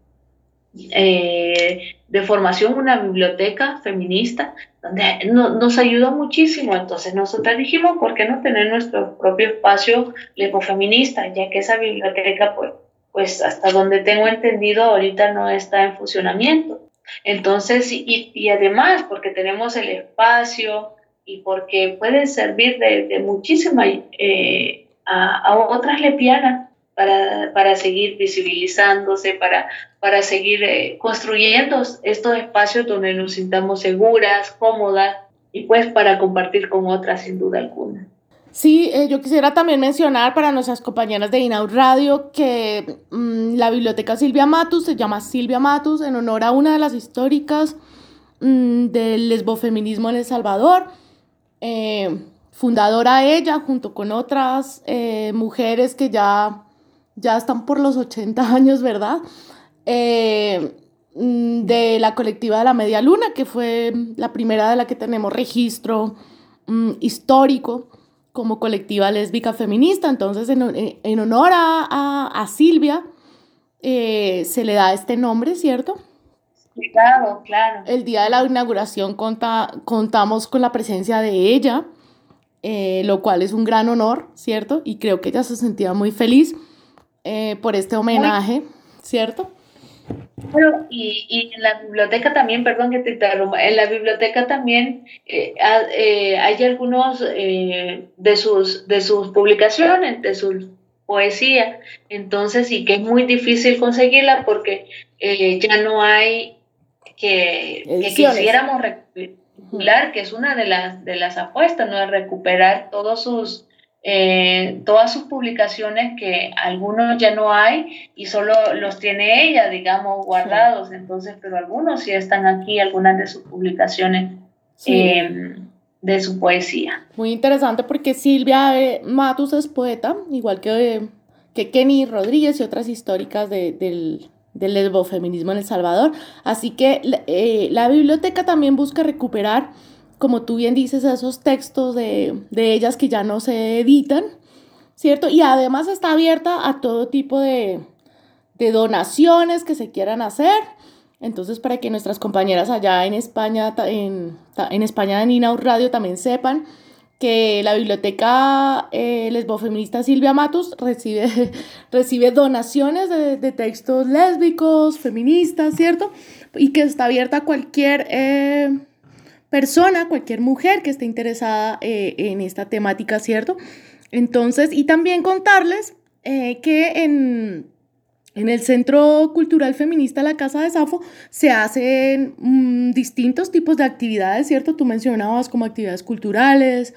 eh, de formación, una biblioteca feminista, donde no, nos ayudó muchísimo. Entonces nosotros dijimos, ¿por qué no tener nuestro propio espacio lesbofeminista? Ya que esa biblioteca, pues, pues hasta donde tengo entendido, ahorita no está en funcionamiento. Entonces, y, y además, porque tenemos el espacio y porque puede servir de, de muchísima eh, a, a otras lesbianas para, para seguir visibilizándose, para, para seguir eh, construyendo estos espacios donde nos sintamos seguras, cómodas y pues para compartir con otras sin duda alguna. Sí, eh, yo quisiera también mencionar para nuestras compañeras de INAUR Radio que mmm, la biblioteca Silvia Matus se llama Silvia Matus en honor a una de las históricas mmm, del lesbofeminismo en El Salvador. Eh, fundadora ella junto con otras eh, mujeres que ya, ya están por los ochenta años, ¿verdad? Eh, de la colectiva de la Media Luna, que fue la primera de la que tenemos registro mmm, histórico como colectiva lésbica feminista. Entonces, en, en honor a, a, a Silvia, eh, se le da este nombre, ¿cierto? Claro, claro. El día de la inauguración conta, contamos con la presencia de ella, eh, lo cual es un gran honor, ¿cierto? Y creo que ella se sentía muy feliz eh, por este homenaje, ¿cierto? Bueno, y, y en la biblioteca también, perdón que te interrumpa, en la biblioteca también eh, eh, hay algunos eh, de, sus, de sus publicaciones, de su poesía, entonces sí que es muy difícil conseguirla porque eh, ya no hay que, que quisiéramos recuperar, que es una de las, de las apuestas, ¿no? Es recuperar todos sus Eh, todas sus publicaciones, que algunos ya no hay y solo los tiene ella, digamos, guardados. Sí. Entonces, pero algunos sí están aquí, algunas de sus publicaciones, sí. eh, de su poesía. Muy interesante porque Silvia eh, Matus es poeta, igual que, que Kenny Rodríguez y otras históricas de, del, del lesbofeminismo en El Salvador. Así que eh, la biblioteca también busca recuperar, como tú bien dices, esos textos de, de ellas que ya no se editan, ¿cierto? Y además está abierta a todo tipo de, de donaciones que se quieran hacer. Entonces, para que nuestras compañeras allá en España, en, en España en INAUR Radio también sepan que la biblioteca eh, lesbofeminista Silvia Matus recibe, recibe donaciones de, de textos lésbicos, feministas, ¿cierto? Y que está abierta a cualquier Eh, persona, cualquier mujer que esté interesada eh, en esta temática, ¿cierto? Entonces, y también contarles eh, que en, en el Centro Cultural Feminista La Casa de Safo se hacen mmm, distintos tipos de actividades, ¿cierto? Tú mencionabas como actividades culturales,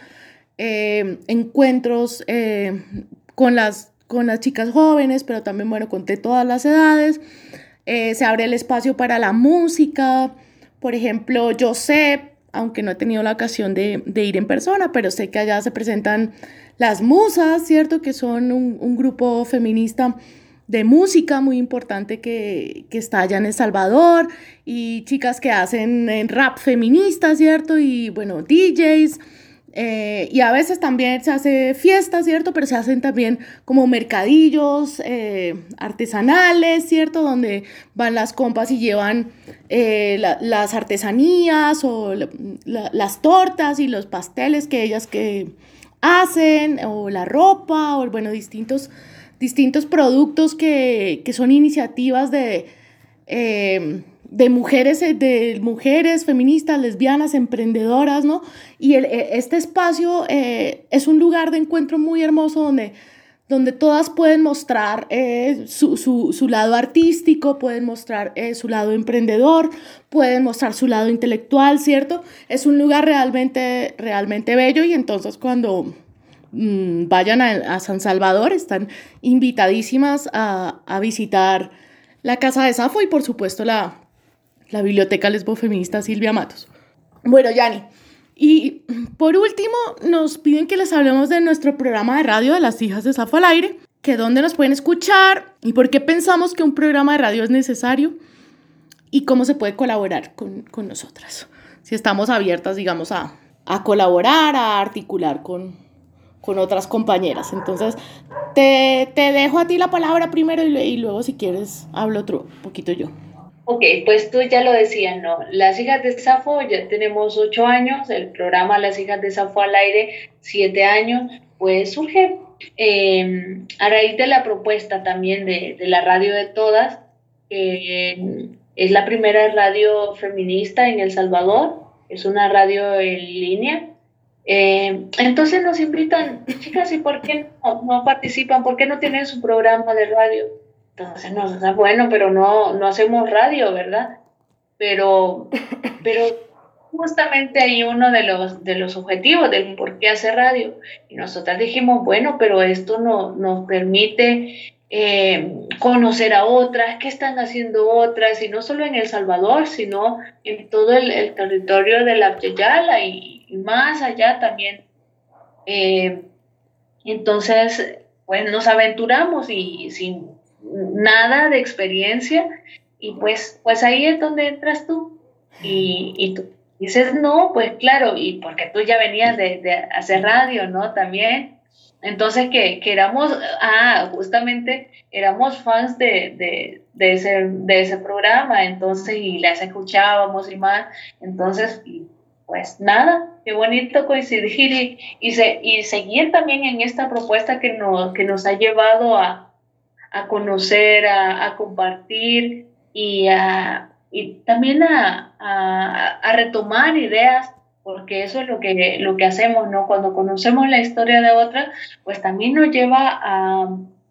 eh, encuentros eh, con, las, con las chicas jóvenes, pero también, bueno, conté todas las edades. Eh, se abre el espacio para la música. Por ejemplo, yo sé, aunque no he tenido la ocasión de, de ir en persona, pero sé que allá se presentan las Musas, ¿cierto? Que son un, un grupo feminista de música muy importante que, que está allá en El Salvador, y chicas que hacen rap feminista, ¿cierto? Y bueno, D Js, eh, y a veces también se hace fiesta, ¿cierto? Pero se hacen también como mercadillos eh, artesanales, ¿cierto? Donde van las compas y llevan eh, la, las artesanías o la, la, las tortas y los pasteles que ellas que hacen, o la ropa, o bueno, distintos, distintos productos que, que son iniciativas de... Eh, de mujeres, de mujeres feministas, lesbianas, emprendedoras, ¿no? Y el, este espacio eh, es un lugar de encuentro muy hermoso donde, donde todas pueden mostrar eh, su, su, su lado artístico, pueden mostrar eh, su lado emprendedor, pueden mostrar su lado intelectual, ¿cierto? Es un lugar realmente, realmente bello, y entonces cuando mmm, vayan a, a San Salvador están invitadísimas a, a visitar la Casa de Safo y por supuesto la la Biblioteca Lesbofeminista Silvia Matus. Bueno, Yani, y por último nos piden que les hablemos de nuestro programa de radio de las hijas de Safo al aire, que dónde nos pueden escuchar y por qué pensamos que un programa de radio es necesario y cómo se puede colaborar con, con nosotras. Si estamos abiertas, digamos, a, a colaborar, a articular con, con otras compañeras. Entonces, te, te dejo a ti la palabra primero y, y luego, si quieres, hablo otro poquito yo. Ok, pues tú ya lo decías, ¿no? Las Hijas de Safo ya tenemos ocho años, el programa Las Hijas de Safo al aire, siete años, pues surge eh, a raíz de la propuesta también de, de la radio de todas, que eh, es la primera radio feminista en El Salvador, es una radio en línea. Eh, entonces nos invitan, chicas, ¿y por qué no, no participan? ¿Por qué no tienen su programa de radio? Entonces nos da bueno, pero no, no hacemos radio, ¿verdad? Pero, pero justamente ahí uno de los, de los objetivos del por qué hacer radio. Y nosotras dijimos, bueno, pero esto no, nos permite eh, conocer a otras, qué están haciendo otras, y no solo en El Salvador, sino en todo el, el territorio de la Yala y, y más allá también. Eh, entonces, pues nos aventuramos y sin nada de experiencia, y pues, pues ahí es donde entras tú, y, y tú dices, no, pues claro, y porque tú ya venías de, de hacer radio, ¿no? También, entonces que, que éramos, ah, justamente éramos fans de, de, de, ese, de ese programa, entonces, y las escuchábamos y más, entonces, pues nada, qué bonito coincidir y, y, se, y seguir también en esta propuesta que nos, que nos ha llevado a a conocer, a, a compartir y, a, y también a, a, a retomar ideas, porque eso es lo que, lo que hacemos, ¿no? Cuando conocemos la historia de otra, pues también nos lleva a,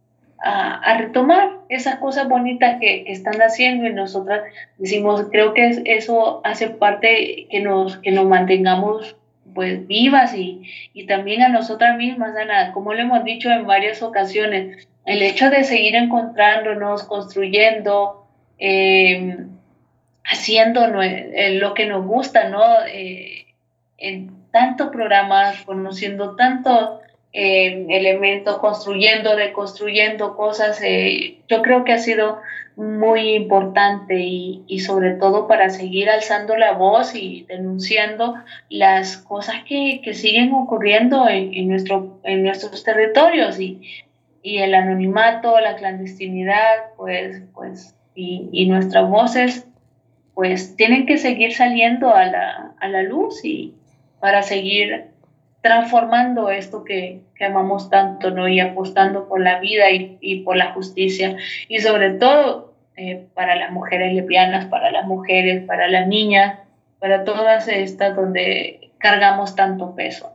a, a retomar esas cosas bonitas que, que están haciendo, y nosotras decimos, creo que eso hace parte que nos, que nos mantengamos pues vivas, y, y también a nosotras mismas, Ana, como lo hemos dicho en varias ocasiones, el hecho de seguir encontrándonos, construyendo, eh, haciendo lo que nos gusta, ¿no? Eh, en tantos programas, conociendo tantos eh, elementos, construyendo, reconstruyendo cosas, eh, yo creo que ha sido muy importante, y, y sobre todo para seguir alzando la voz y denunciando las cosas que, que siguen ocurriendo en, en, nuestro, en nuestros territorios, y y el anonimato, la clandestinidad, pues, pues, y, y nuestras voces, pues, tienen que seguir saliendo a la, a la luz, y para seguir transformando esto que, que amamos tanto, ¿no? Y apostando por la vida y, y por la justicia, y sobre todo eh, para las mujeres lesbianas, para las mujeres, para las niñas, para todas estas donde cargamos tanto peso.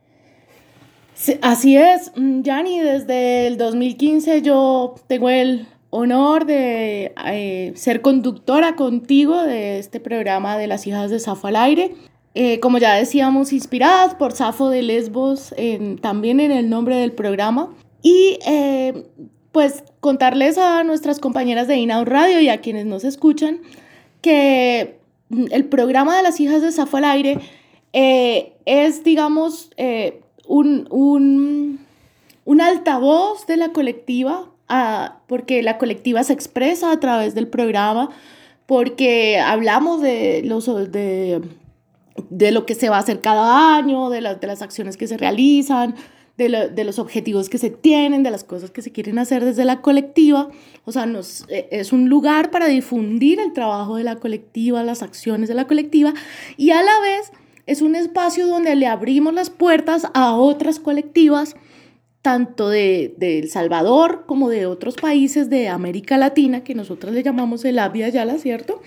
Sí, así es, Yani, desde el dos mil quince yo tengo el honor de eh, ser conductora contigo de este programa de Las Hijas de Safo al aire. Eh, como ya decíamos, inspiradas por Safo de Lesbos, en, también en el nombre del programa. Y eh, pues contarles a nuestras compañeras de INAU Radio y a quienes nos escuchan que el programa de Las Hijas de Safo al aire eh, es, digamos, eh, Un, un, un altavoz de la colectiva, uh, porque la colectiva se expresa a través del programa, porque hablamos de, los, de, de lo que se va a hacer cada año, de, la, de las acciones que se realizan, de, lo, de los objetivos que se tienen, de las cosas que se quieren hacer desde la colectiva. O sea, nos, es un lugar para difundir el trabajo de la colectiva, las acciones de la colectiva, y a la vez es un espacio donde le abrimos las puertas a otras colectivas, tanto de, de El Salvador como de otros países de América Latina, que nosotros le llamamos el Abya Yala, ¿cierto?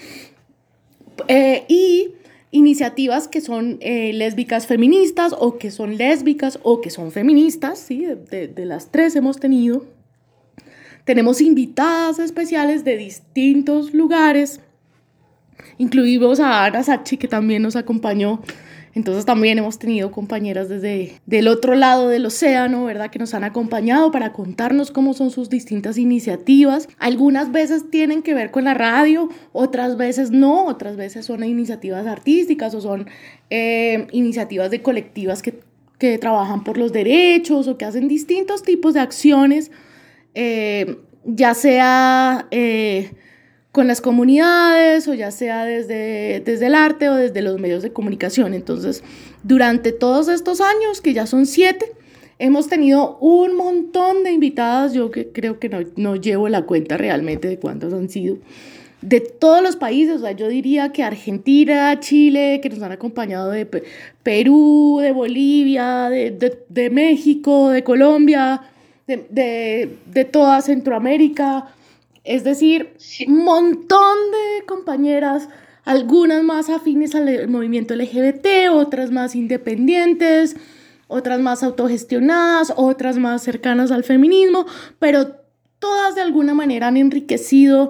Eh, y iniciativas que son eh, lésbicas feministas, o que son lésbicas, o que son feministas, ¿sí? De, de, de las tres hemos tenido. Tenemos invitadas especiales de distintos lugares. Incluimos a Ana Sachi, que también nos acompañó. Entonces también hemos tenido compañeras desde del otro lado del océano, ¿verdad? Que nos han acompañado para contarnos cómo son sus distintas iniciativas. Algunas veces tienen que ver con la radio, otras veces no, otras veces son iniciativas artísticas o son eh, iniciativas de colectivas que, que trabajan por los derechos o que hacen distintos tipos de acciones eh, ya sea eh, con las comunidades o ya sea desde, desde el arte o desde los medios de comunicación. Entonces, durante todos estos años, que ya son siete, hemos tenido un montón de invitadas. Yo que creo que no, no llevo la cuenta realmente de cuántas han sido, de todos los países. O sea, yo diría que Argentina, Chile, que nos han acompañado de Pe- Perú, de Bolivia, de, de, de México, de Colombia, de, de, de toda Centroamérica. Es decir, Sí. un montón de compañeras, algunas más afines al movimiento L G B T, otras más independientes, otras más autogestionadas, otras más cercanas al feminismo, pero todas de alguna manera han enriquecido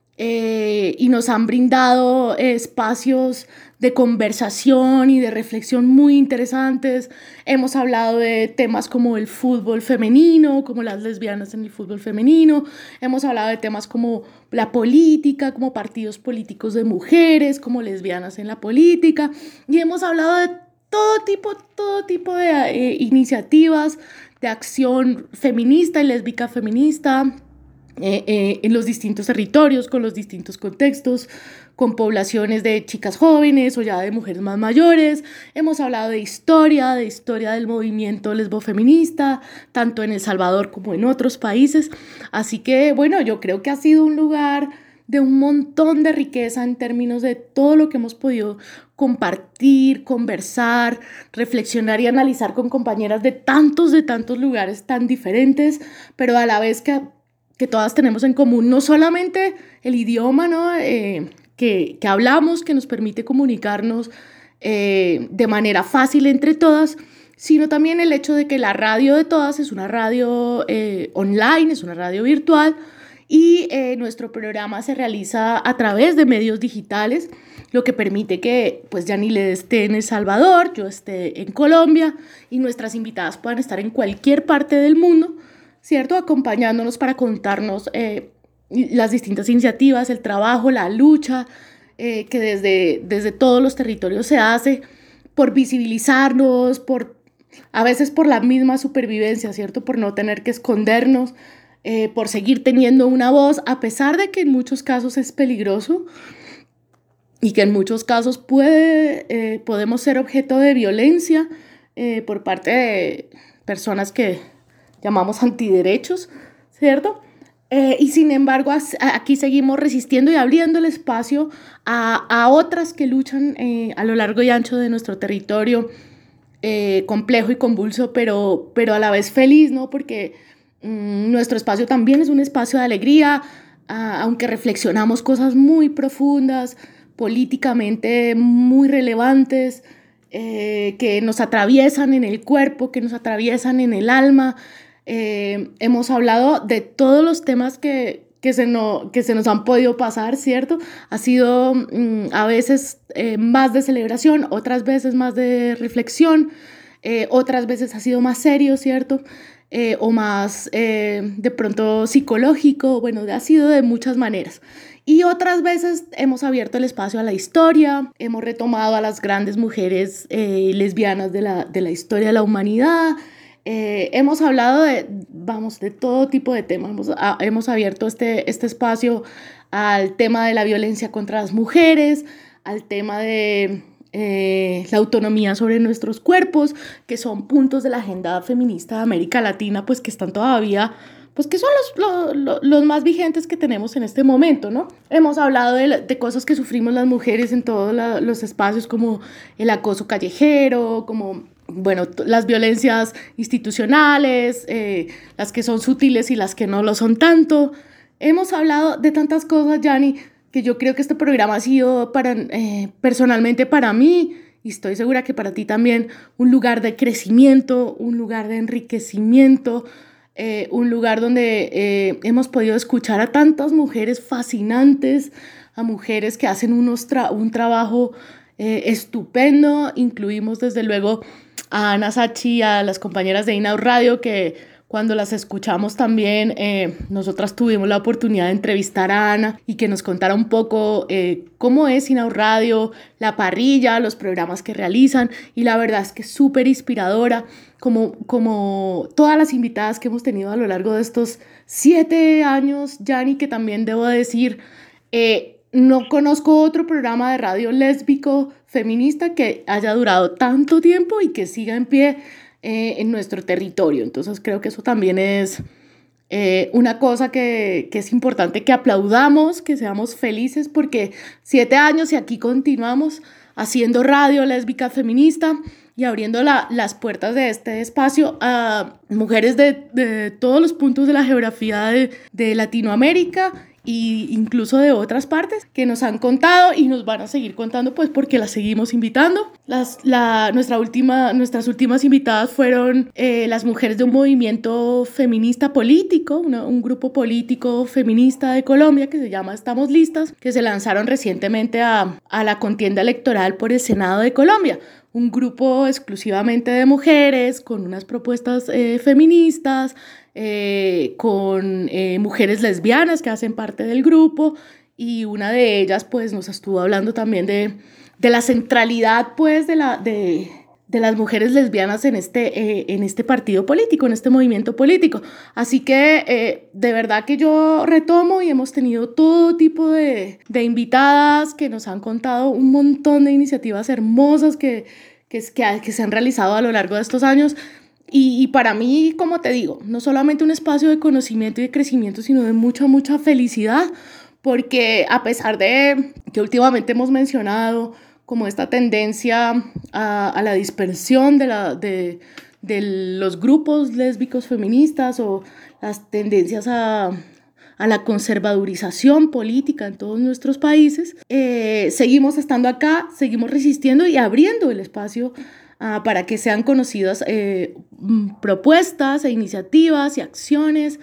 eh, y nos han brindado eh, espacios de conversación y de reflexión muy interesantes. Hemos hablado de temas como el fútbol femenino, como las lesbianas en el fútbol femenino. Hemos hablado de temas como la política, como partidos políticos de mujeres, como lesbianas en la política. Y hemos hablado de todo tipo, todo tipo de eh, iniciativas de acción feminista y lésbica feminista, Eh, eh, en los distintos territorios, con los distintos contextos, con poblaciones de chicas jóvenes o ya de mujeres más mayores. Hemos hablado de historia, de historia del movimiento lesbofeminista, tanto en El Salvador como en otros países. Así que, bueno, yo creo que ha sido un lugar de un montón de riqueza en términos de todo lo que hemos podido compartir, conversar, reflexionar y analizar con compañeras de tantos, de tantos lugares tan diferentes, pero a la vez que que todas tenemos en común, no solamente el idioma, ¿no? eh, que, que hablamos, que nos permite comunicarnos eh, de manera fácil entre todas, sino también el hecho de que la radio de todas es una radio eh, online, es una radio virtual, y eh, nuestro programa se realiza a través de medios digitales, lo que permite que pues Yanile esté en El Salvador, yo esté en Colombia, y nuestras invitadas puedan estar en cualquier parte del mundo, ¿cierto? Acompañándonos para contarnos eh, las distintas iniciativas, el trabajo, la lucha eh, que desde, desde todos los territorios se hace por visibilizarnos, por, a veces por la misma supervivencia, ¿cierto? Por no tener que escondernos, eh, por seguir teniendo una voz, a pesar de que en muchos casos es peligroso y que en muchos casos puede, eh, podemos ser objeto de violencia eh, por parte de personas que llamamos antiderechos, ¿cierto? Eh, y sin embargo, aquí seguimos resistiendo y abriendo el espacio a, a otras que luchan eh, a lo largo y ancho de nuestro territorio, eh, complejo y convulso, pero, pero a la vez feliz, ¿no? Porque mmm, nuestro espacio también es un espacio de alegría, a, aunque reflexionamos cosas muy profundas, políticamente muy relevantes, eh, que nos atraviesan en el cuerpo, que nos atraviesan en el alma. Eh, hemos hablado de todos los temas que, que, se, no, que se nos han podido pasar, ¿cierto? Ha sido mmm, a veces eh, más de celebración, otras veces más de reflexión, eh, otras veces ha sido más serio, ¿cierto? Eh, o más eh, de pronto psicológico, bueno, ha sido de muchas maneras. Y otras veces hemos abierto el espacio a la historia, hemos retomado a las grandes mujeres eh, lesbianas de la, de la historia de la humanidad. Eh, hemos hablado de, vamos, de todo tipo de temas. Hemos, a, hemos abierto este, este espacio al tema de la violencia contra las mujeres, al tema de eh, la autonomía sobre nuestros cuerpos, que son puntos de la agenda feminista de América Latina, pues que están todavía, pues que son los, los, los más vigentes que tenemos en este momento, ¿no? Hemos hablado de, de cosas que sufrimos las mujeres en todos la, los espacios, como el acoso callejero, como bueno, las violencias institucionales, eh, las que son sutiles y las que no lo son tanto. Hemos hablado de tantas cosas, Yanni, que yo creo que este programa ha sido para, eh, personalmente para mí, y estoy segura que para ti también, un lugar de crecimiento, un lugar de enriquecimiento, eh, un lugar donde eh, hemos podido escuchar a tantas mujeres fascinantes, a mujeres que hacen unos tra- un trabajo eh, estupendo. Incluimos desde luego a Ana Sachi, a las compañeras de Inaud Radio, que Cuando las escuchamos también, eh, nosotras tuvimos la oportunidad de entrevistar a Ana y que nos contara un poco eh, cómo es Inaud Radio, la parrilla, los programas que realizan, y la verdad es que es súper inspiradora, como, como todas las invitadas que hemos tenido a lo largo de estos siete años, Yani, que también debo decir, eh, no conozco otro programa de radio lésbico feminista que haya durado tanto tiempo y que siga en pie Eh, en nuestro territorio. Entonces creo que eso también es eh, una cosa que, que es importante que aplaudamos, que seamos felices, porque siete años y aquí continuamos haciendo radio lésbica feminista y abriendo la, las puertas de este espacio a mujeres de, de todos los puntos de la geografía de, de Latinoamérica e incluso de otras partes que nos han contado y nos van a seguir contando, pues porque las seguimos invitando. Las, la, nuestra última, nuestras últimas invitadas fueron eh, las mujeres de un movimiento feminista político, una, un grupo político feminista de Colombia que se llama Estamos Listas, que se lanzaron recientemente a, a la contienda electoral por el Senado de Colombia. Un grupo exclusivamente de mujeres con unas propuestas eh, feministas, eh, con eh, mujeres lesbianas que hacen parte del grupo, y una de ellas pues nos estuvo hablando también de, de la centralidad pues de, la, de, de las mujeres lesbianas en este, eh, en este partido político, en este movimiento político. Así que eh, de verdad que yo retomo, y hemos tenido todo tipo de, de invitadas que nos han contado un montón de iniciativas hermosas que, que, que, que se han realizado a lo largo de estos años. Y, y para mí, como te digo, no solamente un espacio de conocimiento y de crecimiento, sino de mucha, mucha felicidad, porque a pesar de que últimamente hemos mencionado como esta tendencia a, a la dispersión de, la, de, de los grupos lésbicos feministas, o las tendencias a, a la conservadurización política en todos nuestros países, eh, seguimos estando acá, seguimos resistiendo y abriendo el espacio Uh, para que sean conocidas eh, propuestas e iniciativas y acciones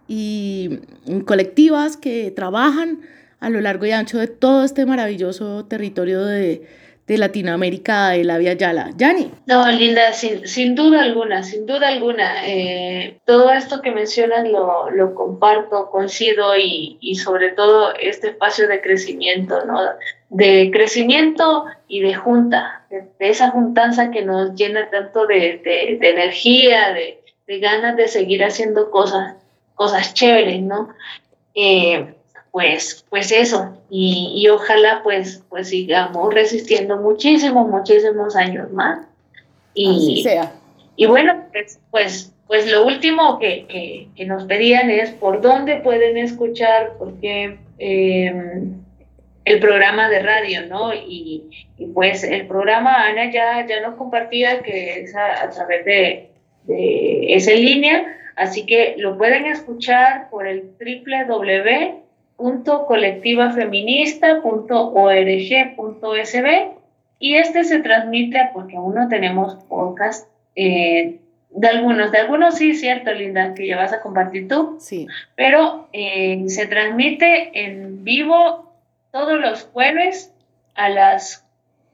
y, y colectivas que trabajan a lo largo y ancho de todo este maravilloso territorio de, de Latinoamérica, de la Vía Yala. Yani. No, Linda, sin, sin duda alguna, sin duda alguna. Eh, todo esto que mencionas lo, lo comparto, coincido, y, y sobre todo este espacio de crecimiento, ¿no? De crecimiento y de junta, de, de esa juntanza que nos llena tanto de, de, de energía, de, de ganas de seguir haciendo cosas, cosas chéveres, ¿no? Eh, pues, pues eso, y, y ojalá pues, pues sigamos resistiendo muchísimos, muchísimos años más. Y, así sea. Y bueno, pues, pues, pues lo último que, que, que nos pedían es por dónde pueden escuchar, porque eh, el programa de radio, ¿no? Y, y pues el programa, Ana ya, ya nos compartía que es a, a través de, de es en línea, así que lo pueden escuchar por el doble u doble u doble u punto colectiva feminista punto org punto es be, y este se transmite porque aún no tenemos podcast eh, de algunos, de algunos sí, cierto, Linda, que ya vas a compartir tú, sí, pero eh, se transmite en vivo todos los jueves a las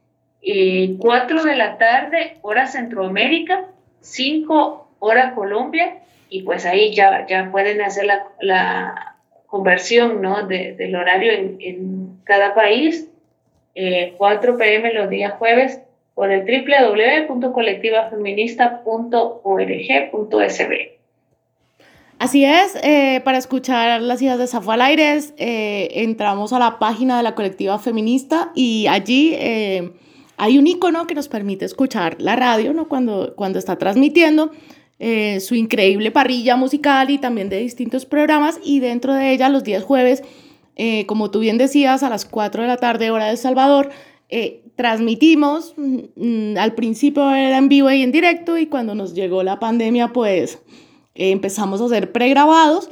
eh, cuatro de la tarde, hora Centroamérica, cinco hora Colombia, y pues ahí ya, ya pueden hacer la, la conversión, ¿no? de, del horario en, en cada país, eh, cuatro pe eme los días jueves, por el doble u doble u doble u punto colectiva feminista punto org punto es be. Así es, eh, para escuchar las hijas de Safo al aire, eh, entramos a la página de la colectiva feminista, y allí eh, hay un icono que nos permite escuchar la radio, ¿no? cuando, cuando está transmitiendo eh, su increíble parrilla musical y también de distintos programas, y dentro de ella los días jueves, eh, como tú bien decías, a las cuatro de la tarde hora de El Salvador, eh, transmitimos, mm, al principio era en vivo y en directo, y cuando nos llegó la pandemia pues Eh, empezamos a hacer pregrabados,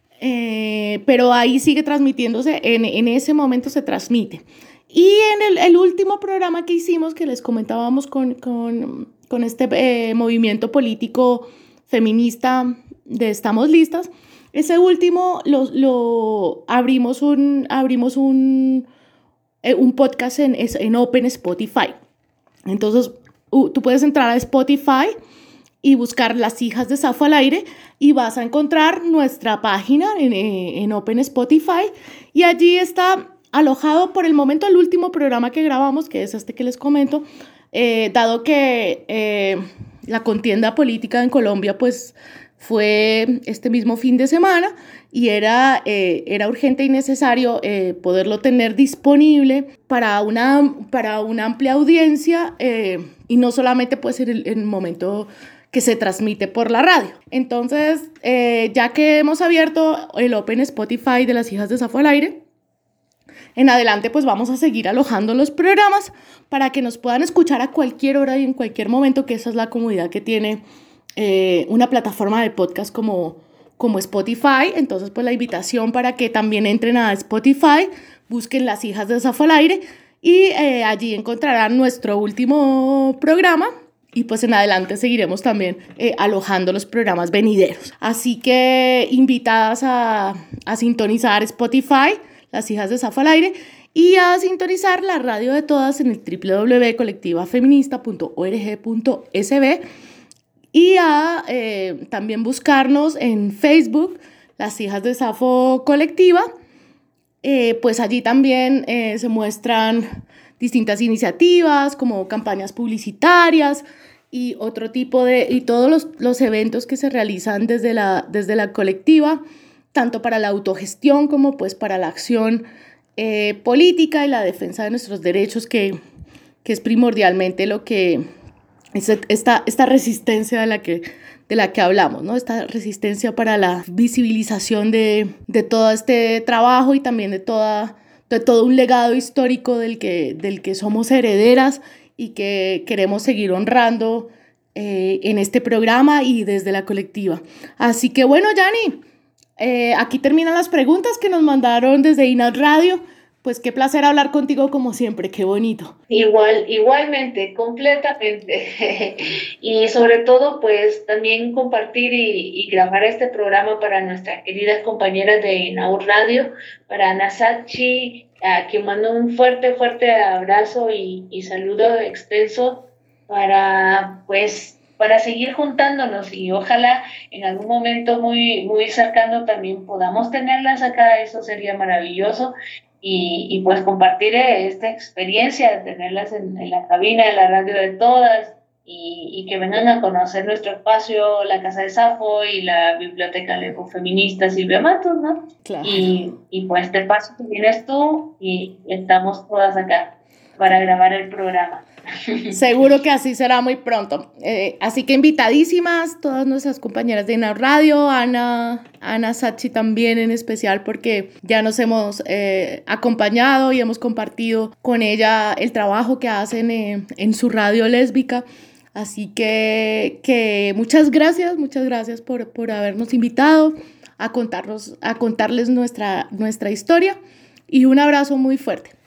eh, pero ahí sigue transmitiéndose, en, en ese momento se transmite. Y en el, el último programa que hicimos, que les comentábamos con, con, con este eh, movimiento político feminista de Estamos Listas, ese último lo, lo abrimos un, abrimos un, eh, un podcast en, en Open Spotify. Entonces uh, tú puedes entrar a Spotify y buscar Las Hijas de Safo al Aire y vas a encontrar nuestra página en, en Open Spotify y allí está alojado por el momento el último programa que grabamos, que es este que les comento, eh, dado que eh, la contienda política en Colombia pues fue este mismo fin de semana y era, eh, era urgente y necesario eh, poderlo tener disponible para una, para una amplia audiencia eh, y no solamente pues en el, en el momento que se transmite por la radio. Entonces, eh, ya que hemos abierto el Open Spotify de Las Hijas de Safo al Aire, en adelante pues vamos a seguir alojando los programas para que nos puedan escuchar a cualquier hora y en cualquier momento, que esa es la comodidad que tiene eh, una plataforma de podcast como, como Spotify. Entonces pues la invitación para que también entren a Spotify, busquen Las Hijas de Safo al Aire y eh, allí encontrarán nuestro último programa. Y pues en adelante seguiremos también eh, alojando los programas venideros. Así que invitadas a, a sintonizar Spotify, Las Hijas de Safo al Aire, y a sintonizar la radio de todas en el doble u doble u doble u punto colectiva feminista punto org punto es be y a eh, también buscarnos en Facebook, Las Hijas de Safo Colectiva. Eh, pues allí también eh, se muestran distintas iniciativas como campañas publicitarias y otro tipo de, y todos los, los eventos que se realizan desde la, desde la colectiva, tanto para la autogestión como pues para la acción eh, política y la defensa de nuestros derechos, que, que es primordialmente lo que es esta, esta resistencia de la que, de la que hablamos, ¿no? Esta resistencia para la visibilización de, de todo este trabajo y también de toda de todo un legado histórico del que, del que somos herederas y que queremos seguir honrando eh, en este programa y desde la colectiva. Así que bueno, Yani, eh, aquí terminan las preguntas que nos mandaron desde INAUD Radio. Pues qué placer hablar contigo como siempre, qué bonito. Igual, igualmente, completamente. Y sobre todo, pues también compartir y, y grabar este programa para nuestras queridas compañeras de INAUD Radio, para Ana Sachi, a quien mando un fuerte, fuerte abrazo y, y saludo extenso para, pues, para seguir juntándonos y ojalá en algún momento muy, muy cercano también podamos tenerlas acá, eso sería maravilloso. Y, y pues compartir esta experiencia, tenerlas en, en la cabina de la radio de todas y, y que vengan a conocer nuestro espacio, la Casa de Safo y la Biblioteca Feminista Silvia Matos, ¿no? Claro. Y, y pues te paso que vienes tú y estamos todas acá para grabar el programa. Seguro que así será muy pronto. Eh, así que invitadísimas todas nuestras compañeras de INAUD Radio, Ana, Ana Sachi también en especial, porque ya nos hemos eh, acompañado y hemos compartido con ella el trabajo que hacen eh, en su radio lésbica. Así que, que muchas gracias, muchas gracias por, por habernos invitado a contarnos, a contarles nuestra, nuestra historia y un abrazo muy fuerte.